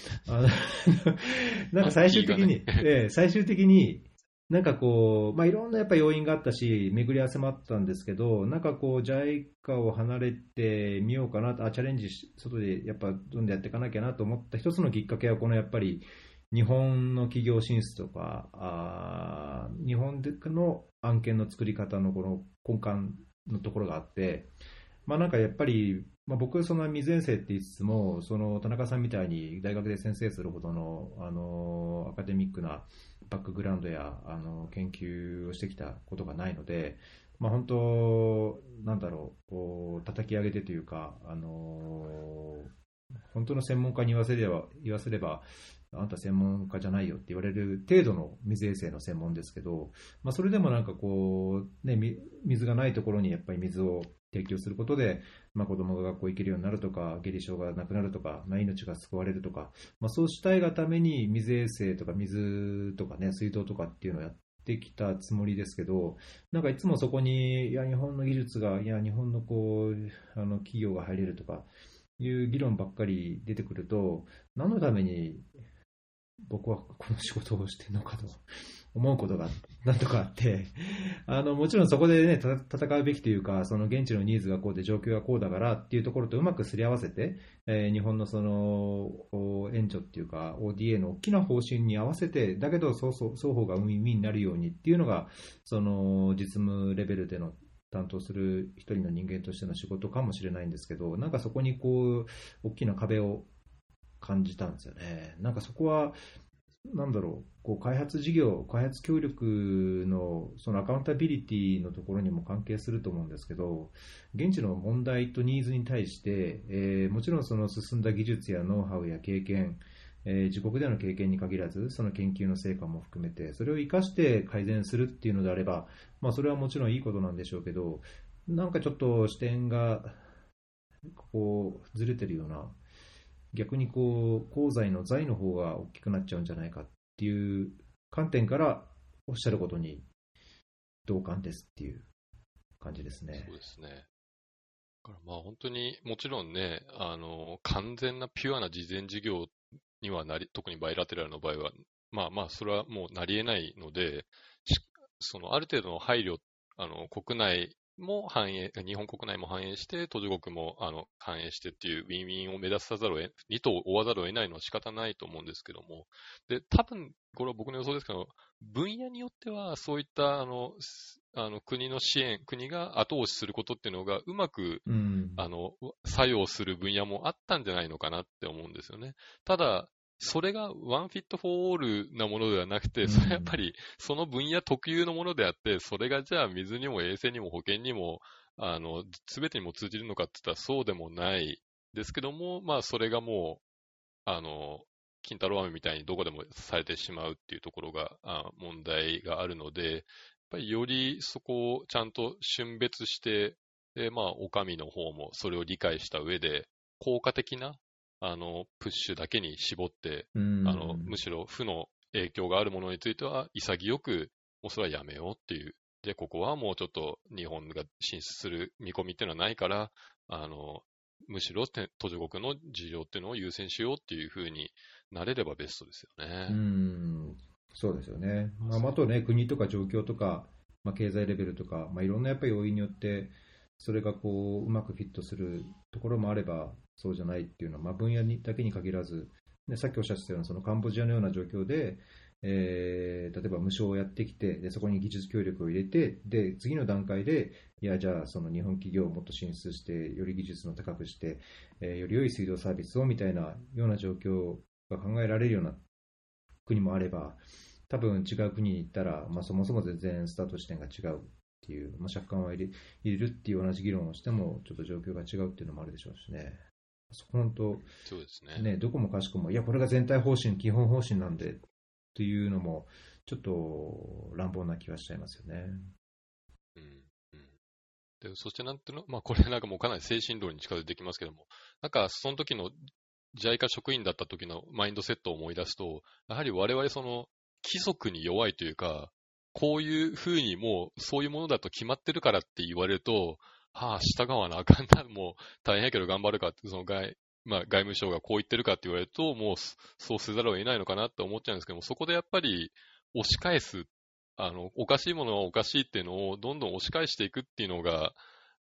なんか最終的になんかこう、まあ、いろんなやっぱ要因があったし、巡り合わせもあったんですけど、なんかこう、JICA を離れてみようかなと、チャレンジ外でやっぱどんどんやっていかなきゃなと思った一つのきっかけは、このやっぱり日本の企業進出とか、日本での案件の作り方のこの根幹のところがあって、まあなんかやっぱり、まあ、僕その未前世って言いつつも、その田中さんみたいに大学で先生するほどの、アカデミックなバックグラウンドや研究をしてきたことがないので、まあ、本当、なんだろう、こう叩き上げてというか、本当の専門家に言わせれば、あんた専門家じゃないよって言われる程度の水衛生の専門ですけど、まあ、それでもなんかこう、ね、水がないところにやっぱり水を提供することで、まあ、子供が学校行けるようになるとか、下痢症がなくなるとか、まあ、命が救われるとか、まあ、そうしたいがために水衛生とか水とかね、水道とかっていうのをやってきたつもりですけど、なんかいつもそこに、いや、日本の技術が、いや、日本のこう、企業が入れるとか、いう議論ばっかり出てくると、何のために僕はこの仕事をしているのかと思うことがなんとかあってもちろんそこでね戦うべきというかその現地のニーズがこうで状況がこうだからっていうところとうまくすり合わせて、日本のその援助っていうか ODA の大きな方針に合わせてだけど双方がウィンウィンになるようにっていうのがその実務レベルでの担当する一人の人間としての仕事かもしれないんですけどなんかそこにこう大きな壁を感じたんですよね。なんかそこはなんだろう、こう開発協力のそのアカウンタビリティのところにも関係すると思うんですけど、現地の問題とニーズに対して、もちろんその進んだ技術やノウハウや経験、自国での経験に限らず、その研究の成果も含めて、それを生かして改善するっていうのであれば、まあそれはもちろんいいことなんでしょうけど、なんかちょっと視点がこうずれてるような、逆にこう功罪の罪の方が大きくなっちゃうんじゃないかっていう観点からおっしゃることに同感ですっていう感じですね。 そうですね。だからまあ本当にもちろんね、完全なピュアな慈善事業には特にバイラテラルの場合は、まあまあそれはもうなり得ないので、そのある程度の配慮、国内も日本国内も反映して、途上国も反映してっていうウィンウィンを目指さざるを2頭追わざるを得ないのは仕方ないと思うんですけども、で、多分、これは僕の予想ですけど、分野によってはそういった国の支援、国が後押しすることっていうのがうまくうん。 作用する分野もあったんじゃないのかなって思うんですよね。ただ、それがワンフィットフォーオールなものではなくて、それはやっぱりその分野特有のものであって、それがじゃあ水にも衛生にも保健にも、すべてにも通じるのかって言ったらそうでもないですけども、まあそれがもう、金太郎飴みたいにどこでもされてしまうっていうところが、問題があるので、やっぱりよりそこをちゃんと峻別して、で、まあ、お上の方もそれを理解した上で、効果的な、プッシュだけに絞って、むしろ負の影響があるものについては、潔く、もうそれはやめようっていう。で、ここはもうちょっと日本が進出する見込みっていうのはないから、むしろ途上国の事情っていうのを優先しようっていう風になれればベストですよね。 そうですよね。まあ、あとね、国とか状況とか、まあ、経済レベルとか、まあ、いろんなやっぱり要因によって、それがこううまくフィットするところもあれば、そうじゃないっていうのは、まあ、分野だけに限らず、ね、さっきおっしゃってたようなそのカンボジアのような状況で、例えば無償をやってきて、でそこに技術協力を入れて、で次の段階で、いや、じゃあその日本企業をもっと進出して、より技術の高くして、より良い水道サービスをみたいなような状況が考えられるような国もあれば、多分違う国に行ったら、まあ、そもそも全然スタート地点が違うっていう、まあ、借款を入れるっていう同じ議論をしても、ちょっと状況が違うっていうのもあるでしょうしね。そこ本当、 そうですね。 ね、どこもかしこも、いや、これが全体方針、基本方針なんでっていうのも、ちょっと乱暴な気がしちゃいますよね。 で、そしてなんていうの、まあこれなんかもうかなり精神論に近づいてきますけども、なんかその時の JICA 職員だった時のマインドセットを思い出すと、やはり我々その規則に弱いというか、こういう風にもうそういうものだと決まってるからって言われると、はあ、従わなあかんな、もう大変やけど頑張るかって、そのまあ、外務省がこう言ってるかって言われると、もうそうせざるを得ないのかなって思っちゃうんですけども、そこでやっぱり押し返す、おかしいものはおかしいっていうのをどんどん押し返していくっていうのが、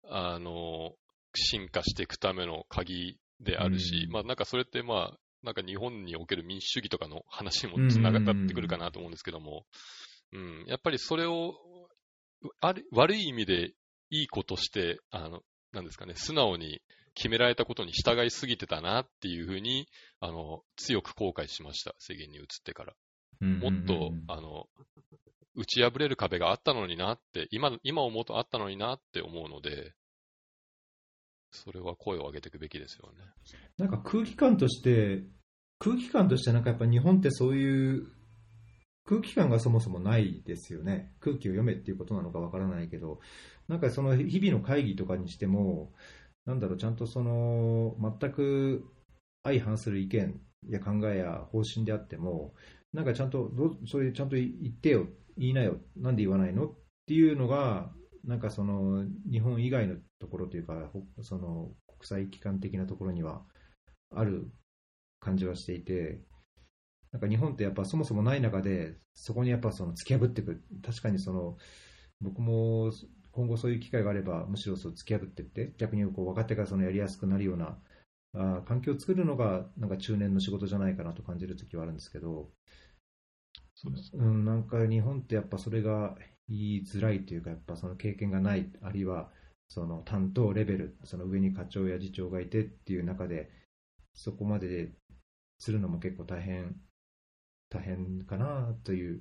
進化していくための鍵であるし、まあなんかそれってまあ、なんか日本における民主主義とかの話にもつながってくるかなと思うんですけども、やっぱりそれを悪い意味でいいことして、なんですかね、素直に決められたことに従いすぎてたなっていうふうに、強く後悔しました、世間に移ってから。もっと、打ち破れる壁があったのになって、今思うとあったのになって思うので、それは声を上げていくべきですよね。 なんか空気感としてなんかやっぱ日本ってそういう空気感がそもそもないですよね。空気を読めっていうことなのかわからないけど、なんかその日々の会議とかにしても、なんだろう、ちゃんとその全く相反する意見や考えや方針であっても、なんかちゃんとそれちゃんと言ってよ、言いなよ、なんで言わないのっていうのが、なんかその日本以外のところというか、その国際機関的なところにはある感じはしていて、なんか日本ってやっぱそもそもない中で、そこにやっぱその突き破っていく、確かにその僕も今後そういう機会があれば、むしろそう突き破っていって、逆にこう若手がそのやりやすくなるような環境を作るのがなんか中年の仕事じゃないかなと感じるときはあるんですけど、 そうです、 なんか日本ってやっぱそれが言いづらいというか、やっぱその経験がない、あるいはその担当レベル、その上に課長や次長がいてっていう中で、そこまでするのも結構大変かなという、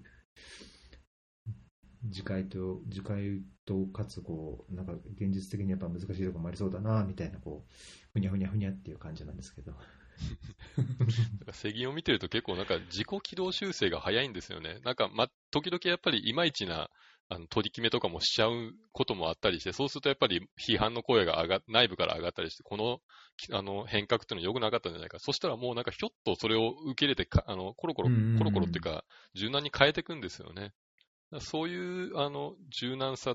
自戒とかつこうなんか現実的にやっぱ難しいところもありそうだなみたいな、こうふにゃふにゃふにゃっていう感じなんですけど。 世銀を見てると結構なんか自己軌道修正が早いんですよね。なんか時々やっぱりいまいちな取り決めとかもしちゃうこともあったりして、そうするとやっぱり批判の声が内部から上がったりして、この、変革っていうのは良くなかったんじゃないか。そしたらもうなんかひょっとそれを受け入れてコロコロっていうか、柔軟に変えていくんですよね。そういう、柔軟さって、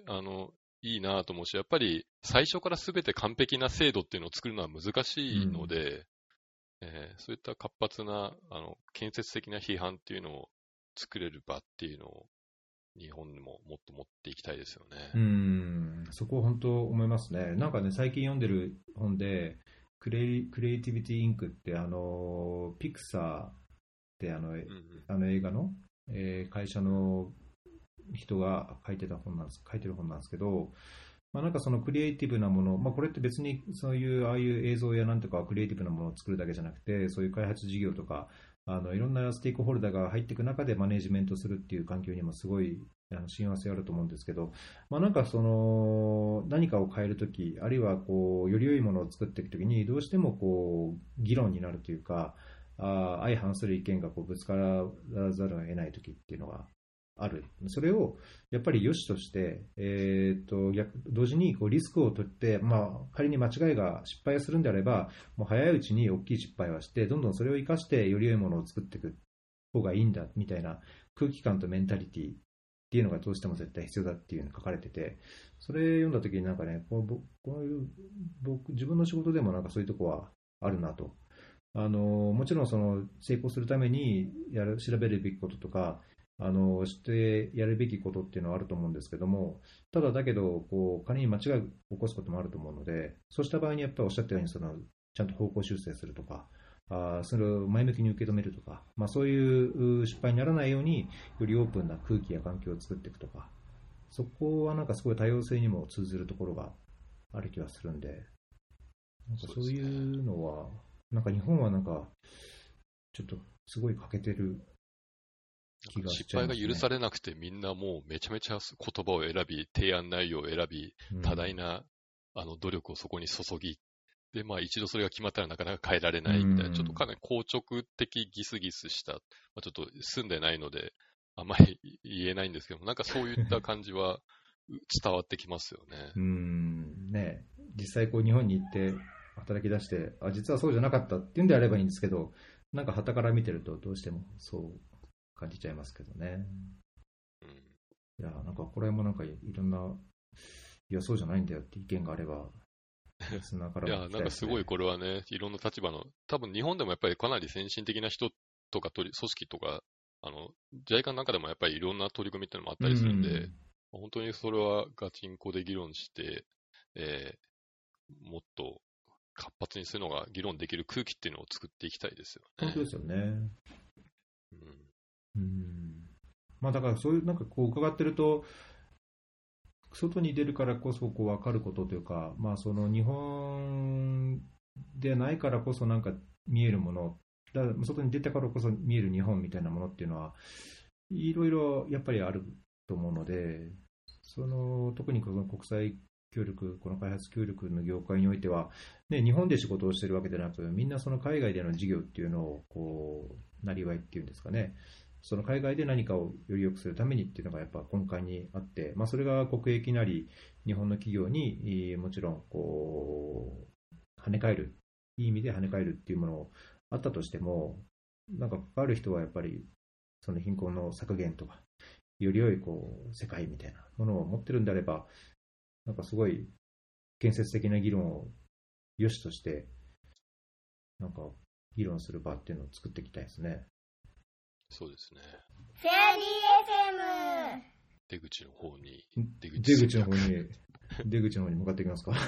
いいなと思うし、やっぱり最初から全て完璧な制度っていうのを作るのは難しいので、そういった活発な、建設的な批判っていうのを作れる場っていうのを、日本にももっと持っていきたいですよね。 そこ本当思いますね。なんかね、最近読んでる本で、クリエイティビティインクって、ピクサーって映画の、会社の人が書いてる本なんですけど、なんかそのクリエイティブなもの、これって別にそういうああいう映像やなんとかクリエイティブなものを作るだけじゃなくて、そういう開発事業とかいろんなステークホルダーが入っていく中でマネジメントするっていう環境にもすごい親和性あると思うんですけど、なんかその何かを変えるとき、あるいはこうより良いものを作っていくときにどうしてもこう議論になるというか、相反する意見がこうぶつからざるを得ないときっていうのがある。それをやっぱり良しとして、同時にこうリスクを取って、仮に間違いが失敗するんであれば、もう早いうちに大きい失敗はして、どんどんそれを生かしてより良いものを作っていく方がいいんだみたいな空気感とメンタリティっていうのがどうしても絶対必要だっていうのが書かれてて、それ読んだ時になんかね、こういう自分の仕事でもなんかそういうとこはあるなと。もちろんその成功するために調べるべきこととか、知ってやるべきことっていうのはあると思うんですけども、ただだけど、仮に間違いを起こすこともあると思うので、そうした場合にやっぱりおっしゃったように、ちゃんと方向修正するとか、それを前向きに受け止めるとか、そういう失敗にならないように、よりオープンな空気や環境を作っていくとか、そこはなんかすごい多様性にも通ずるところがある気がするんで、なんかそういうのは、なんか日本はなんか、ちょっとすごい欠けてる。 失敗が許されなくてみんなもうめちゃめちゃ言葉を選び、提案内容を選び、多大な努力をそこに注ぎ、で、一度それが決まったらなかなか変えられないみたいな、ちょっとかなり硬直的ギスギスした、ちょっと住んでないので、あんまり言えないんですけども、なんかそういった感じは伝わってきますよね。 ね、実際こう日本に行って働き出して、実はそうじゃなかったっていうんであればいいんですけど、なんか傍から見てるとどうしてもそう感じちゃいますけどね。いや、なんかこれもなんかいろんな、いや、そうじゃないんだよって意見があれば、リスナーからも聞きたいですね。 いや、なんかすごいこれはね、いろんな立場の、多分日本でもやっぱりかなり先進的な人とか組織とか、JICA の中でもやっぱりいろんな取り組みっていうのもあったりするんで、本当にそれはガチンコで議論して、もっと活発にするのが議論できる空気っていうのを作っていきたいですよね。 本当ですよね。だからそういうなんかこう伺ってると、外に出るからこそこう分かることというか、その日本でないからこそなんか見えるもの、だから外に出たからこそ見える日本みたいなものっていうのはいろいろやっぱりあると思うので、特にこの国際協力、この開発協力の業界においては、日本で仕事をしているわけでなく、みんなその海外での事業っていうのをこうなりわいっていうんですかね、その海外で何かをより良くするためにっていうのがやっぱ根幹にあって、それが国益なり日本の企業にもちろんこう跳ね返る、いい意味で跳ね返るっていうものをあったとしても、なんか関わる人はやっぱりその貧困の削減とか、より良いこう世界みたいなものを持ってるんであれば、なんかすごい建設的な議論を良しとして、なんか議論する場っていうのを作っていきたいですね。 そうですね。 フェアリー FM 出口の方に向かっていきますか。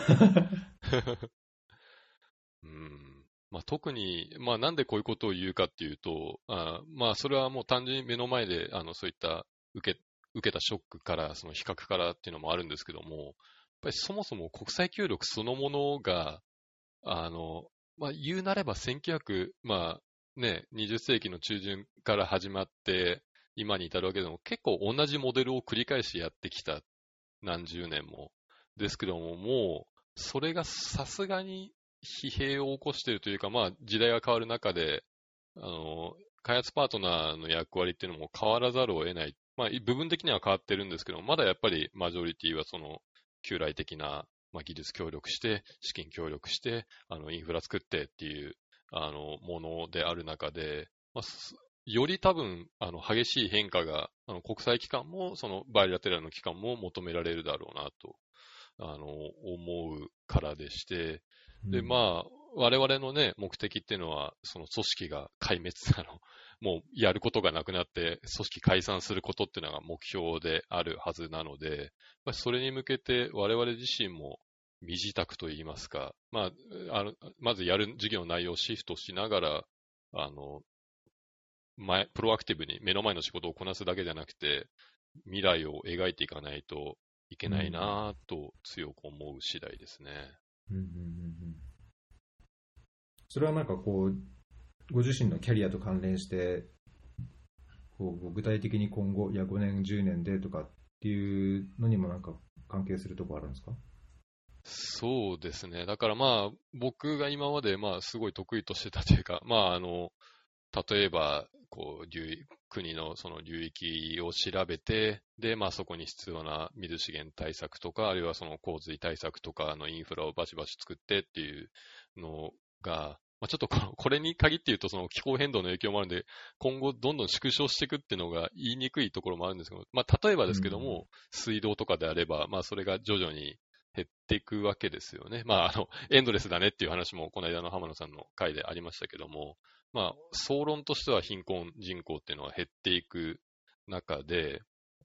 特に、なんでこういうことを言うかっていうと、それはもう単純に目の前で、そういった受けたショックから、その比較からっていうのもあるんですけども、やっぱりそもそも国際協力そのものが、言うなれば1900、20世紀の中旬から始まって、今に至るわけでも、結構同じモデルを繰り返しやってきた、何十年も。ですけども、もう、それがさすがに疲弊を起こしているというか、時代が変わる中で、開発パートナーの役割っていうのも変わらざるを得ない。 まあ、部分的には変わってるんですけど、まだやっぱりマジョリティはその旧来的な、まあ、技術協力して、資金協力して、インフラ作ってっていう、ものである中で、まあ、より多分、激しい変化が、国際機関も、そのバイラテラルの機関も求められるだろうなと、思うからでして、で、まあ、我々のね、目的っていうのは、その組織が壊滅、もうやることがなくなって、組織解散することっていうのが目標であるはずなので、それに向けて我々自身も身支度といいますか、まあ、まずやる授業の内容をシフトしながら、プロアクティブに目の前の仕事をこなすだけじゃなくて、未来を描いていかないといけないなぁと強く思う次第ですね。 それはなんかこう、ご自身のキャリアと関連して、こう具体的に今後、いや5年、10年でとかっていうのにもなんか関係するところあるんですか？ そうですね。だからまあ、僕が今までまあ、すごい得意としてたというか、まあ、例えば、こう、国のその流域を調べて、で、まあそこに必要な水資源対策とか、あるいはその洪水対策とかのインフラをバチバチ作ってっていうのが、まあ、ちょっとこれに限って言うとその気候変動の影響もあるんで、今後どんどん縮小していくっていうのが言いにくいところもあるんですけど、まあ例えばですけども、水道とかであれば、まあそれが徐々に減っていくわけですよね。まあエンドレスだねっていう話もこの間の浜野さんの回でありましたけども、まあ、総論としては貧困人口っていうのは減っていく中で、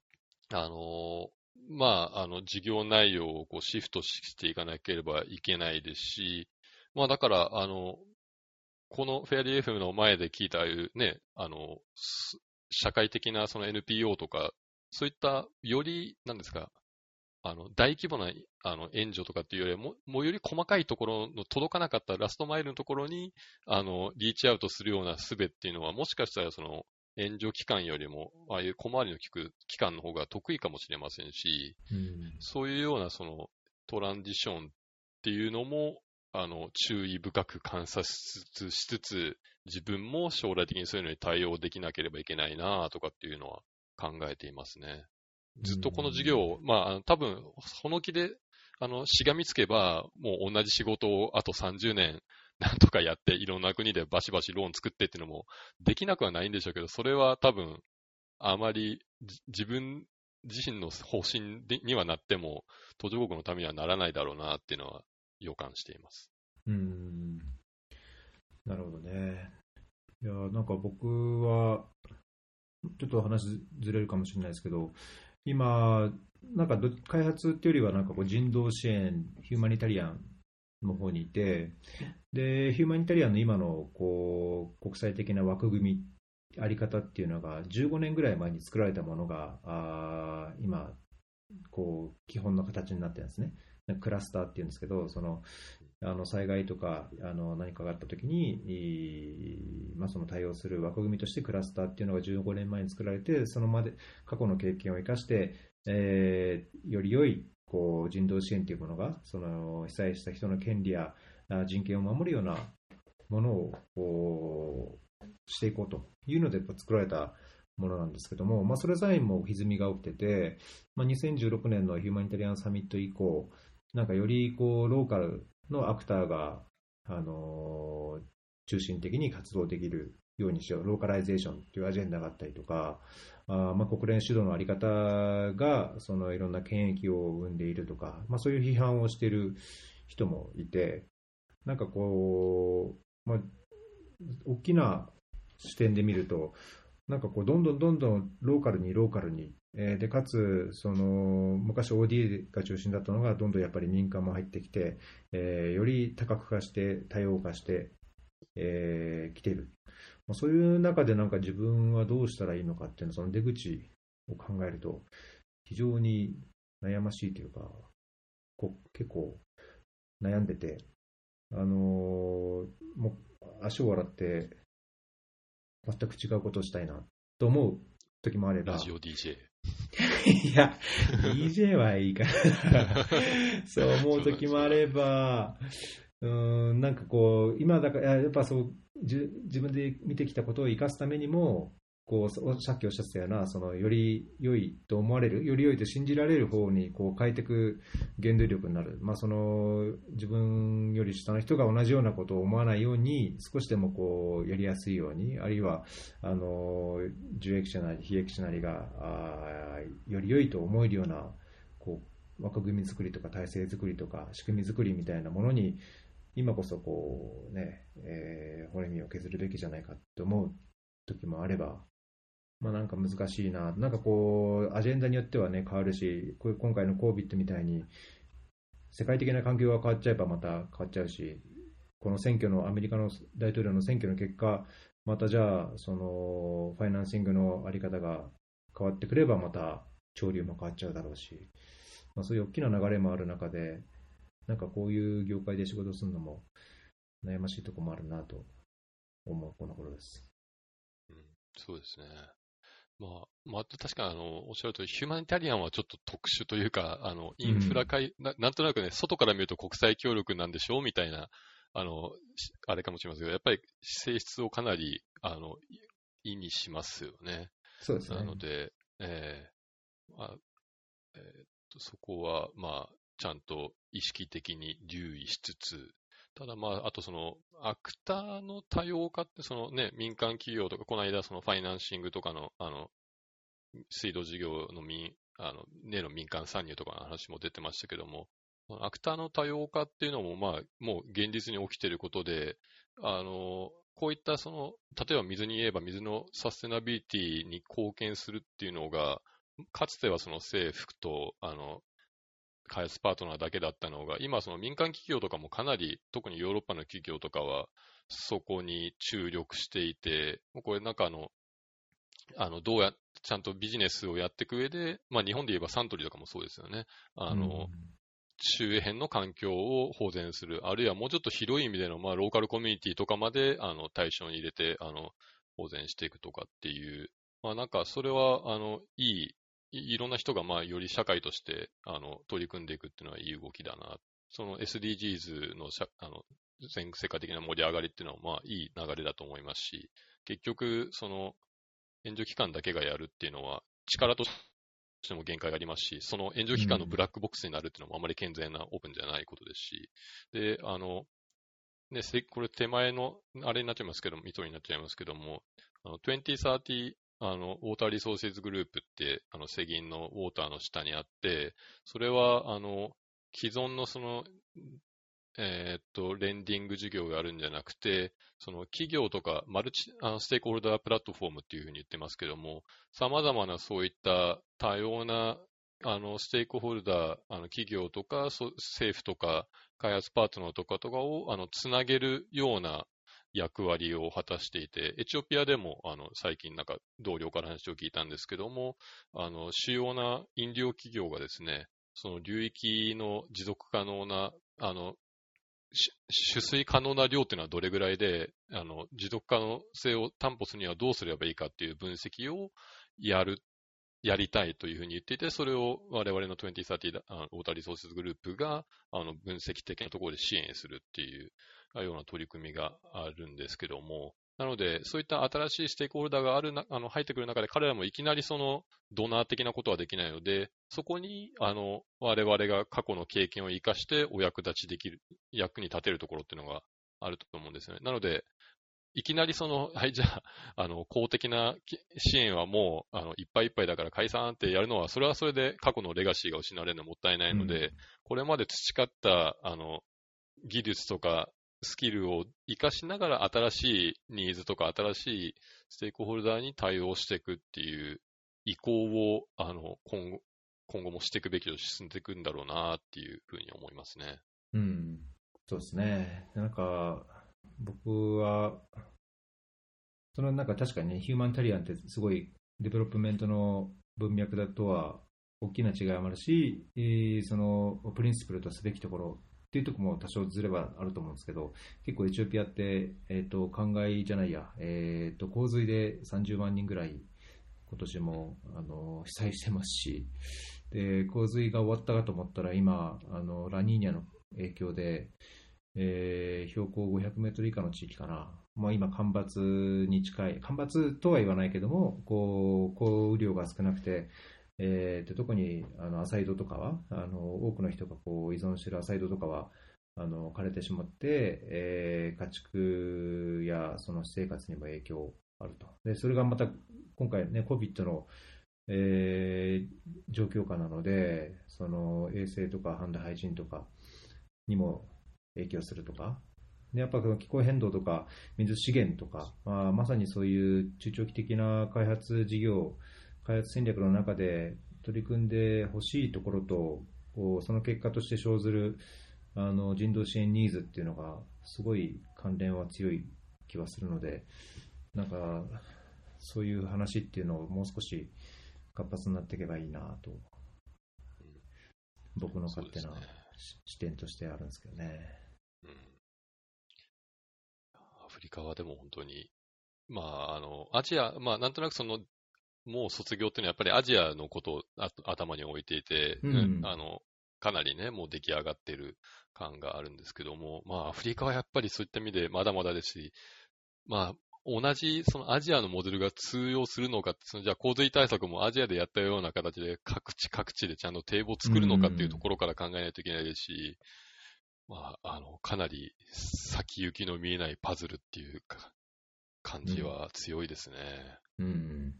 まあ、事業内容をこうシフトしていかなければいけないですし、まあ、だから、このフェアリー FM の前で聞いたね、社会的なその NPO とか、そういったより、なんですか、大規模な、援助とかっていうよりもうより細かいところの届かなかったラストマイルのところに、リーチアウトするような術っていうのは、もしかしたらその、援助機関よりも、ああいう小回りの利く機関の方が得意かもしれませんし、そういうようなその、トランジションっていうのも、注意深く観察しつつ、自分も将来的にそういうのに対応できなければいけないなとかっていうのは考えていますね。ずっとこの授業を、まあ、多分、その気で、しがみつけば、もう同じ仕事をあと30年、なんとかやって、いろんな国でバシバシローン作ってっていうのも、できなくはないんでしょうけど、それは多分、あまり、自分自身の方針にはなっても、途上国のためにはならないだろうなっていうのは予感しています。 なるほどね。いや、なんか僕は、ちょっと話ずれるかもしれないですけど、今、なんか開発っていうよりはなんかこう人道支援、ヒューマニタリアンの方にいて、で、ヒューマニタリアンの今のこう国際的な枠組み、あり方っていうのが15年ぐらい前に作られたものが、今、こう基本の形になってるんですね。クラスターっていうんですけど、その災害とか何かがあったときに、まあ、その対応する枠組みとしてクラスターっていうのが15年前に作られて、そのまで過去の経験を生かして、より良いこう人道支援というものがその被災した人の権利や人権を守るようなものをこうしていこうというので作られたものなんですけども、まあ、それさえも歪みが起きてて、まあ、2016年のヒューマニタリアンサミット以降、なんかよりこうローカルのアクターが、中心的に活動できるようにしよう、ローカライゼーションというアジェンダがあったりとか、まあ、国連主導のあり方がそのいろんな権益を生んでいるとか、まあ、そういう批判をしている人もいて、なんかこう、まあ、大きな視点で見ると、なんかこうどんどんローカルに、でかつその昔 ODA が中心だったのがどんどんやっぱり民間も入ってきて、より多角化して多様化して、きている。そういう中でなんか自分はどうしたらいいのかっていうの、その出口を考えると非常に悩ましいというか、結構悩んでて、もう足を洗って全く違うことをしたいなと思う時もあれば、 ラジオ DJ いや DJ はいいからそう思う時もあれば、なんかこう今だからやっぱそう自分で見てきたことを生かすためにもこうさっきおっしゃってたような、そのより良いと思われる、より良いと信じられる方にこう変えていく原動力になる、その自分より下の人が同じようなことを思わないように、少しでもこうやりやすいように、あるいは受益者なり非益者なりがより良いと思えるようなこう枠組み作りとか体制作りとか仕組み作りみたいなものに、今こそこう、ね骨身を削るべきじゃないかと思う時もあれば、なんか難しいな、なんかこうアジェンダによってはね変わるし、こういう今回の COVID みたいに世界的な環境が変わっちゃえばまた変わっちゃうし、この選挙のアメリカの大統領の選挙の結果、またじゃあそのファイナンシングのあり方が変わってくればまた潮流も変わっちゃうだろうし、そういう大きな流れもある中で、なんかこういう業界で仕事するのも悩ましいところもあるなと思うこの頃です。 そうですね。確かにおっしゃるとおり、ヒューマニタリアンはちょっと特殊というか、インフラなんとなくね、外から見ると国際協力なんでしょうみたいな、あれかもしれませんけど、やっぱり性質をかなり、意味しますよね。 そうですね。 なので、そこは、ちゃんと意識的に留意しつつ、ただあとアクターの多様化って、民間企業とか、この間ファイナンシングとかの、水道事業のの民間参入とかの話も出てましたけども、アクターの多様化っていうのも、もう現実に起きていることで、こういった例えば水に言えば水のサステナビリティに貢献するっていうのが、かつては政府と、開発パートナーだけだったのが、今民間企業とかもかなり、特にヨーロッパの企業とかは、そこに注力していて、これなんかちゃんとビジネスをやっていく上で、日本で言えばサントリーとかもそうですよね。周辺の環境を保全する、あるいはもうちょっと広い意味での、ローカルコミュニティとかまで、対象に入れて、保全していくとかっていう、なんかそれは、いろんな人が、より社会として、取り組んでいくっていうのはいい動きだな。その SDGs の全世界的な盛り上がりっていうのは、いい流れだと思いますし、結局、援助機関だけがやるっていうのは、力としても限界がありますし、その援助機関のブラックボックスになるっていうのもあまり健全なオープンじゃないことですし、で、これ手前の、あれになっちゃいますけども、糸になっちゃいますけども、2030ウォーターリソーセスグループって、世銀のウォーターの下にあって、それは、既存のレンディング事業があるんじゃなくて、企業とかマルチ、ステークホルダープラットフォームっていうふうに言ってますけども、様々なそういった多様な、ステークホルダー、企業とか、政府とか、開発パートナーとかを、つなげるような役割を果たしていて、エチオピアでも、最近なんか同僚から話を聞いたんですけども、主要な飲料企業がですね、その流域の持続可能な、取水可能な量っていうのはどれぐらいで、持続可能性を担保するにはどうすればいいかっていう分析をやりたいというふうに言っていて、それを我々の2030ウォーターリソースグループが分析的なところで支援するっていうような取り組みがあるんですけども、なので、そういった新しいステークホルダーが入ってくる中で、彼らもいきなりドナー的なことはできないので、そこに、我々が過去の経験を生かしてお役立ちできる、役に立てるところっていうのがあると思うんですね。なので、いきなりはい、じゃあ、公的な支援はもう、いっぱいいっぱいだから解散ってやるのは、それはそれで過去のレガシーが失われるのはもったいないので、これまで培った、技術とか、スキルを活かしながら新しいニーズとか新しいステークホルダーに対応していくっていう意向を今後もしていくべきと進んでいくんだろうなっていうふうに思いますね。 そうですね。なんか僕はなんか確かにね、ヒューマンタリアンってすごいデベロップメントの文脈だとは大きな違いもあるし、そのプリンシプルとすべきところっていうところも多少ずればあると思うんですけど、結構エチオピアって、灌漑じゃないや、洪水で30万人ぐらい今年も被災してますし、で洪水が終わったかと思ったら今ラニーニャの影響で、標高500メートル以下の地域かなまあ、今干ばつに近い、干ばつとは言わないけども、降雨量が少なくて、特に浅井戸とかは、多くの人が依存している浅井戸とかは、枯れてしまって、家畜やその私生活にも影響あると。で、それがまた今回ね、COVID の、状況下なので、その衛生とかハンドハイジンとかにも影響するとか、でやっぱ気候変動とか水資源とか、まさにそういう中長期的な開発事業、開発戦略の中で取り組んでほしいところと、その結果として生ずる人道支援ニーズっていうのがすごい関連は強い気はするので、なんかそういう話っていうのをもう少し活発になっていけばいいなと、僕の勝手な視点としてあるんですけどね。 アフリカはでも本当に、アジア、なんとなくもう卒業っていうのはやっぱりアジアのことを頭に置いていて、かなりね、もう出来上がっている感があるんですけども、アフリカはやっぱりそういった意味でまだまだですし、同じそのアジアのモデルが通用するのかって、じゃあ洪水対策もアジアでやったような形で各地でちゃんと堤防を作るのかっていうところから考えないといけないですし、かなり先行きの見えないパズルっていうか感じは強いですね。 フェアリー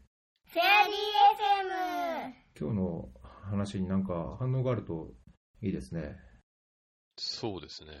FM。 今日の話になんか反応があるといいですね。 そうですね。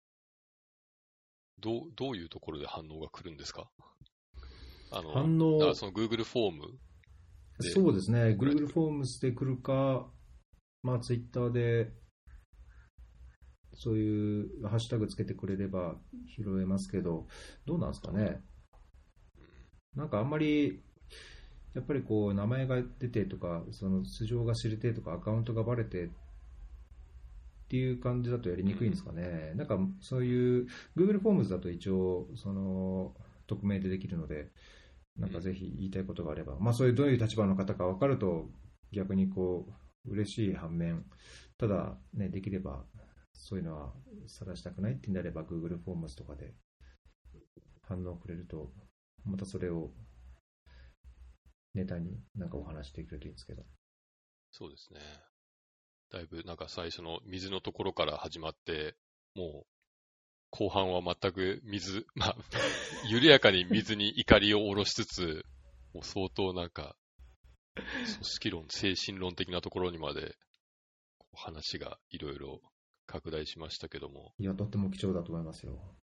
どういうところで反応が来るんですか？ 反応、 その Google フォームで。 そうですね。Google フォームで来るか、Twitter でそういうハッシュタグつけてくれれば拾えますけど、どうなんですかね。なんかあんまり、やっぱり名前が出てとか、その素性が知れてとか、アカウントがバレてっていう感じだとやりにくいんですかね。なんかそういう Google フォームズだと一応その匿名でできるので、なんかぜひ言いたいことがあれば、そういうどういう立場の方か分かると逆に嬉しい反面、ただね、できればそういうのは晒したくないってんであれば Google フォームズとかで反応くれると、またそれをネタになんかお話してくれるといいんですけど。 そうですね。だいぶなんか最初の水のところから始まって、もう後半は全く緩やかに水に怒りを下ろしつつ、もう相当なんか組織論、精神論的なところにまで話がいろいろ拡大しましたけども。 いや、とっても貴重だと思いますよ。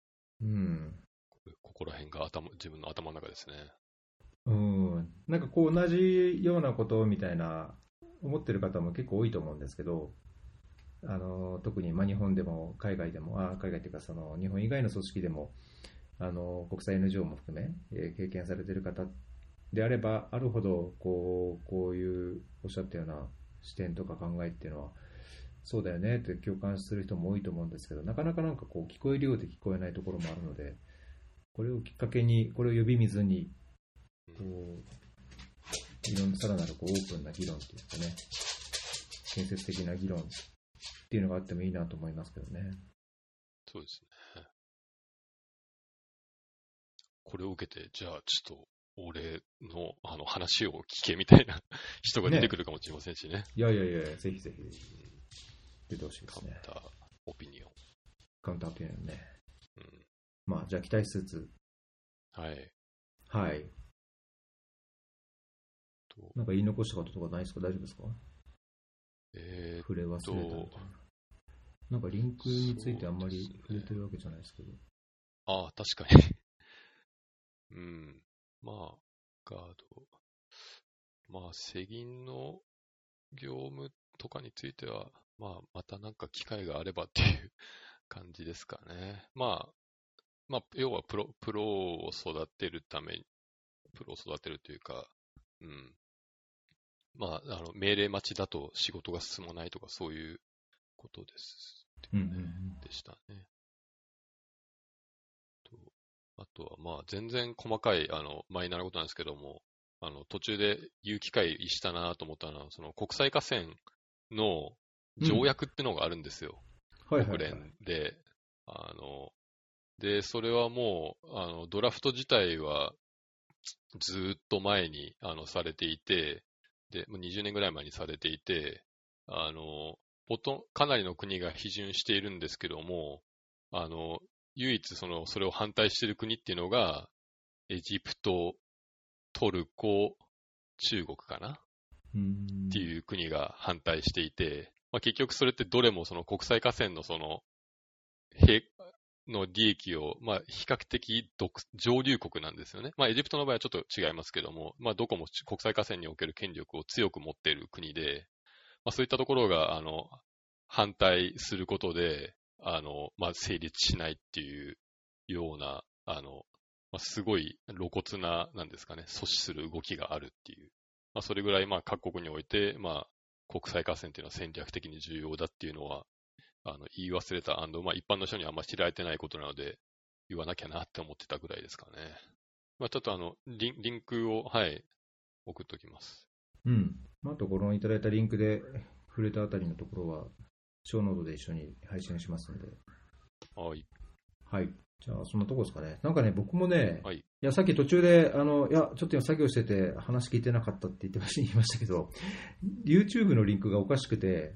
ここら辺が自分の頭の中ですね。 なんか同じようなことみたいな思ってる方も結構多いと思うんですけど、特に日本でも海外でも、海外というかその日本以外の組織でも国際 NGO も含め、経験されている方であればあるほどこういうおっしゃったような視点とか考えっていうのはそうだよねって共感する人も多いと思うんですけど、なかなかなんか聞こえるようで聞こえないところもあるので、これをきっかけに、これを呼び水にさらなるオープンな議論というかね、建設的な議論っていうのがあってもいいなと思いますけどね。 そうですね。これを受けて、じゃあちょっと俺の話を聞けみたいな人が出てくるかもしれませんしね。 いや、ぜひぜひ出てほしいですね。 カウンターオピニオン。 カウンターオピニオンね。じゃあ期待しつつ。 はい。 はい。なんか言い残したこととかないですか？大丈夫ですか？触れ忘れたみたいな。なんかリンクについてあんまり触れてるわけじゃないですけど。 確かに。ガード。世銀の業務とかについては、またなんか機会があればっていう感じですかね。要はプロを育てるために、プロを育てるというか、命令待ちだと仕事が進まないとかそういうことです。でしたね。あとは全然細かいマイナーなことなんですけども、途中で言う機会したなと思ったのは、その国際河川の条約ってのがあるんですよ。国連でで、それはもう、ドラフト自体はずーっと前に、されていて、で、もう20年ぐらい前にされていて、かなりの国が批准しているんですけども、唯一それを反対している国っていうのが、エジプト、トルコ、中国かなっていう国が反対していて、まあ、結局それってどれもその国際河川のの利益を、まあ、比較的上流国なんですよね。まあ、エジプトの場合はちょっと違いますけども、まあ、どこも国際河川における権力を強く持っている国で、まあ、そういったところが、反対することで、まあ、成立しないっていうような、まあ、すごい露骨な、なんですかね、阻止する動きがあるっていう。まあ、それぐらい、まあ、各国において、まあ、国際河川っていうのは戦略的に重要だっていうのは、言い忘れた、まあ、一般の人にはあんまり知られてないことなので、言わなきゃなって思ってたぐらいですかね。まあ、ちょっとリンクを、はい、送っときます。 うん。あと、ご覧いただいたリンクで触れたあたりのところは、小ノードで一緒に配信しますので。 はい。 はい。じゃあ、そんなとこですかね。なんかね、僕もね、 はい、 いや、さっき途中で、いや、ちょっと今作業してて話聞いてなかったって言いましたけど、YouTube のリンクがおかしくて、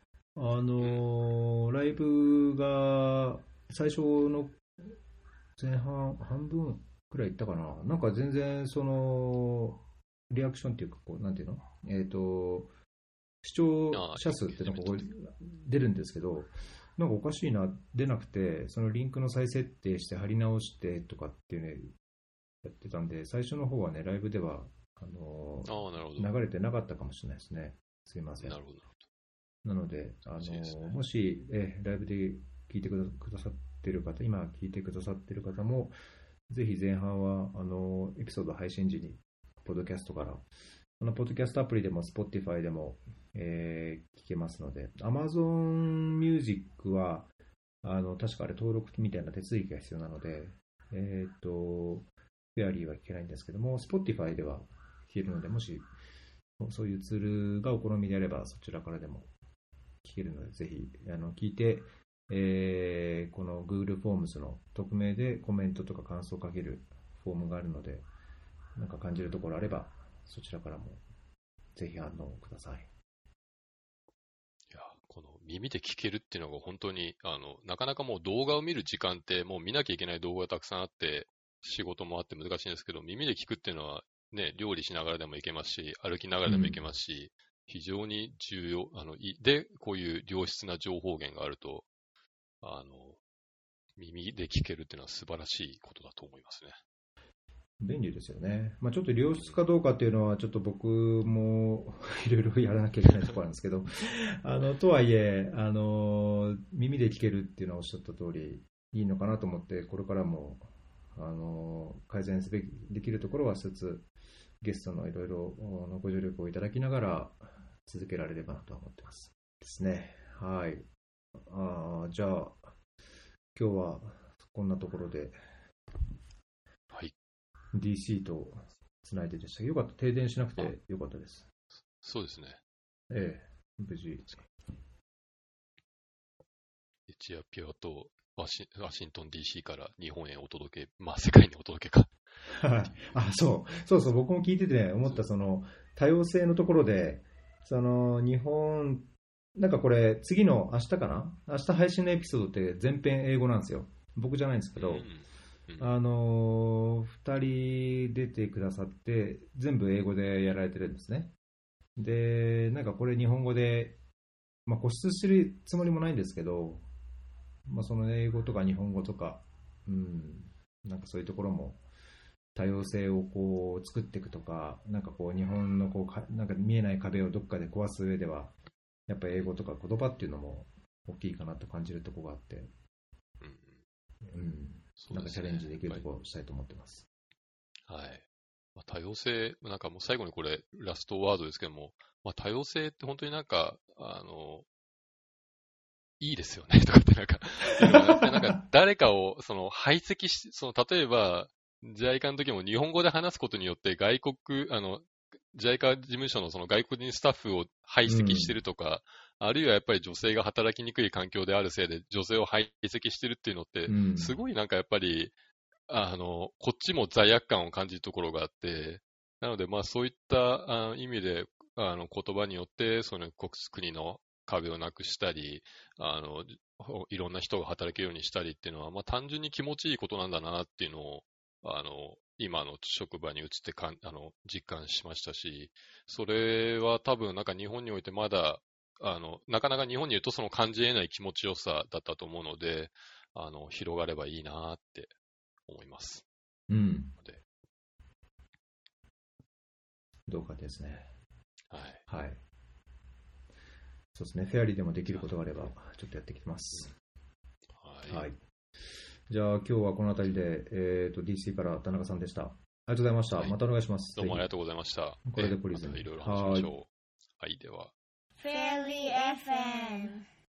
ライブが最初の前半、半分くらいいったかな。なんか全然、リアクションっていうか、こう、なんていうの視聴者数ってなんかこう出るんですけど、なんかおかしいな、出なくて、そのリンクの再設定して貼り直してとかっていうね、やってたんで、最初の方はね、ライブでは、流れてなかったかもしれないですね。すいません。 なるほど。 なので、もし、ライブで聞いてくださっている方、今聞いてくださっている方も、ぜひ前半は、エピソード配信時に、ポッドキャストから、ポッドキャストアプリでも、Spotify でも、聞けますので、Amazon Music は、確かあれ登録みたいな手続きが必要なので、フェアリーは聞けないんですけども、Spotify では聞けるので、もし、そういうツールがお好みであれば、そちらからでも聞けるので、ぜひ聞いて、この Google フォームズの匿名でコメントとか感想を書けるフォームがあるので、なんか感じるところあれば、そちらからもぜひ反応ください。 いや、この耳で聞けるっていうのが本当に、なかなかもう動画を見る時間ってもう見なきゃいけない動画がたくさんあって、仕事もあって難しいんですけど、耳で聞くっていうのはね、料理しながらでもいけますし、歩きながらでもいけますし、非常に重要、で、こういう良質な情報源があると、耳で聞けるっていうのは素晴らしいことだと思いますね。 便利ですよね。まあ、ちょっと良質かどうかっていうのは、ちょっと僕もいろいろやらなきゃいけないところなんですけど、とはいえ、耳で聞けるっていうのはおっしゃった通り、いいのかなと思って、これからも、改善できるところはしつつ、ゲストのいろいろご助力をいただきながら続けられればなと思ってますですね。はい。じゃあ今日はこんなところで、 はい。 DC とつないででした。よかった。停電しなくてよかったです。 そうですね。 無事。 エチオピアとワシントン DC から日本へお届け、まあ世界にお届けか。 そう、僕も聞いてて、ね、思った、その多様性のところで、日本、なんかこれ、次の明日かな、明日配信のエピソードって全編英語なんですよ。僕じゃないんですけど、2人出てくださって、全部英語でやられてるんですね。で、なんかこれ日本語で、まあ、固執してるつもりもないんですけど、まあ、その英語とか日本語とか、なんかそういうところも多様性をこう作っていくとか、なんかこう日本のこうなんか見えない壁をどっかで壊す上では、やっぱり英語とか言葉っていうのも大きいかなと感じるところがあって、なんかチャレンジできるところをしたいと思ってます。 はい。まあ、多様性、なんかもう最後にこれラストワードですけども、まあ、多様性って本当になんか、いいですよねとかってなんか誰かを排斥し、例えば、JICA の時も日本語で話すことによって外国、JICA 事務所のその外国人スタッフを排斥してるとか、 あるいはやっぱり女性が働きにくい環境であるせいで女性を排斥してるっていうのって、すごいなんかやっぱり、こっちも罪悪感を感じるところがあって、なのでまあそういった意味で、言葉によって、その国の壁をなくしたり、いろんな人が働けるようにしたりっていうのは、まあ単純に気持ちいいことなんだなっていうのを、今の職場に移って実感しましたし、それは多分なんか日本においてまだ、なかなか日本にいるとその感じ得ない気持ちよさだったと思うので、広がればいいなって思います。 うん。どうかですね。 はい。 はい。そうですね。フェアリーでもできることがあれば、ちょっとやってきてます。 はい。 はい。じゃあ今日はこの辺りで、DC から田中さんでした。ありがとうございました。 はい、 またお願いします。 どうもありがとうございました。 これでポリズン。 またいろいろ話しましょう。はい、では。 Fairy FM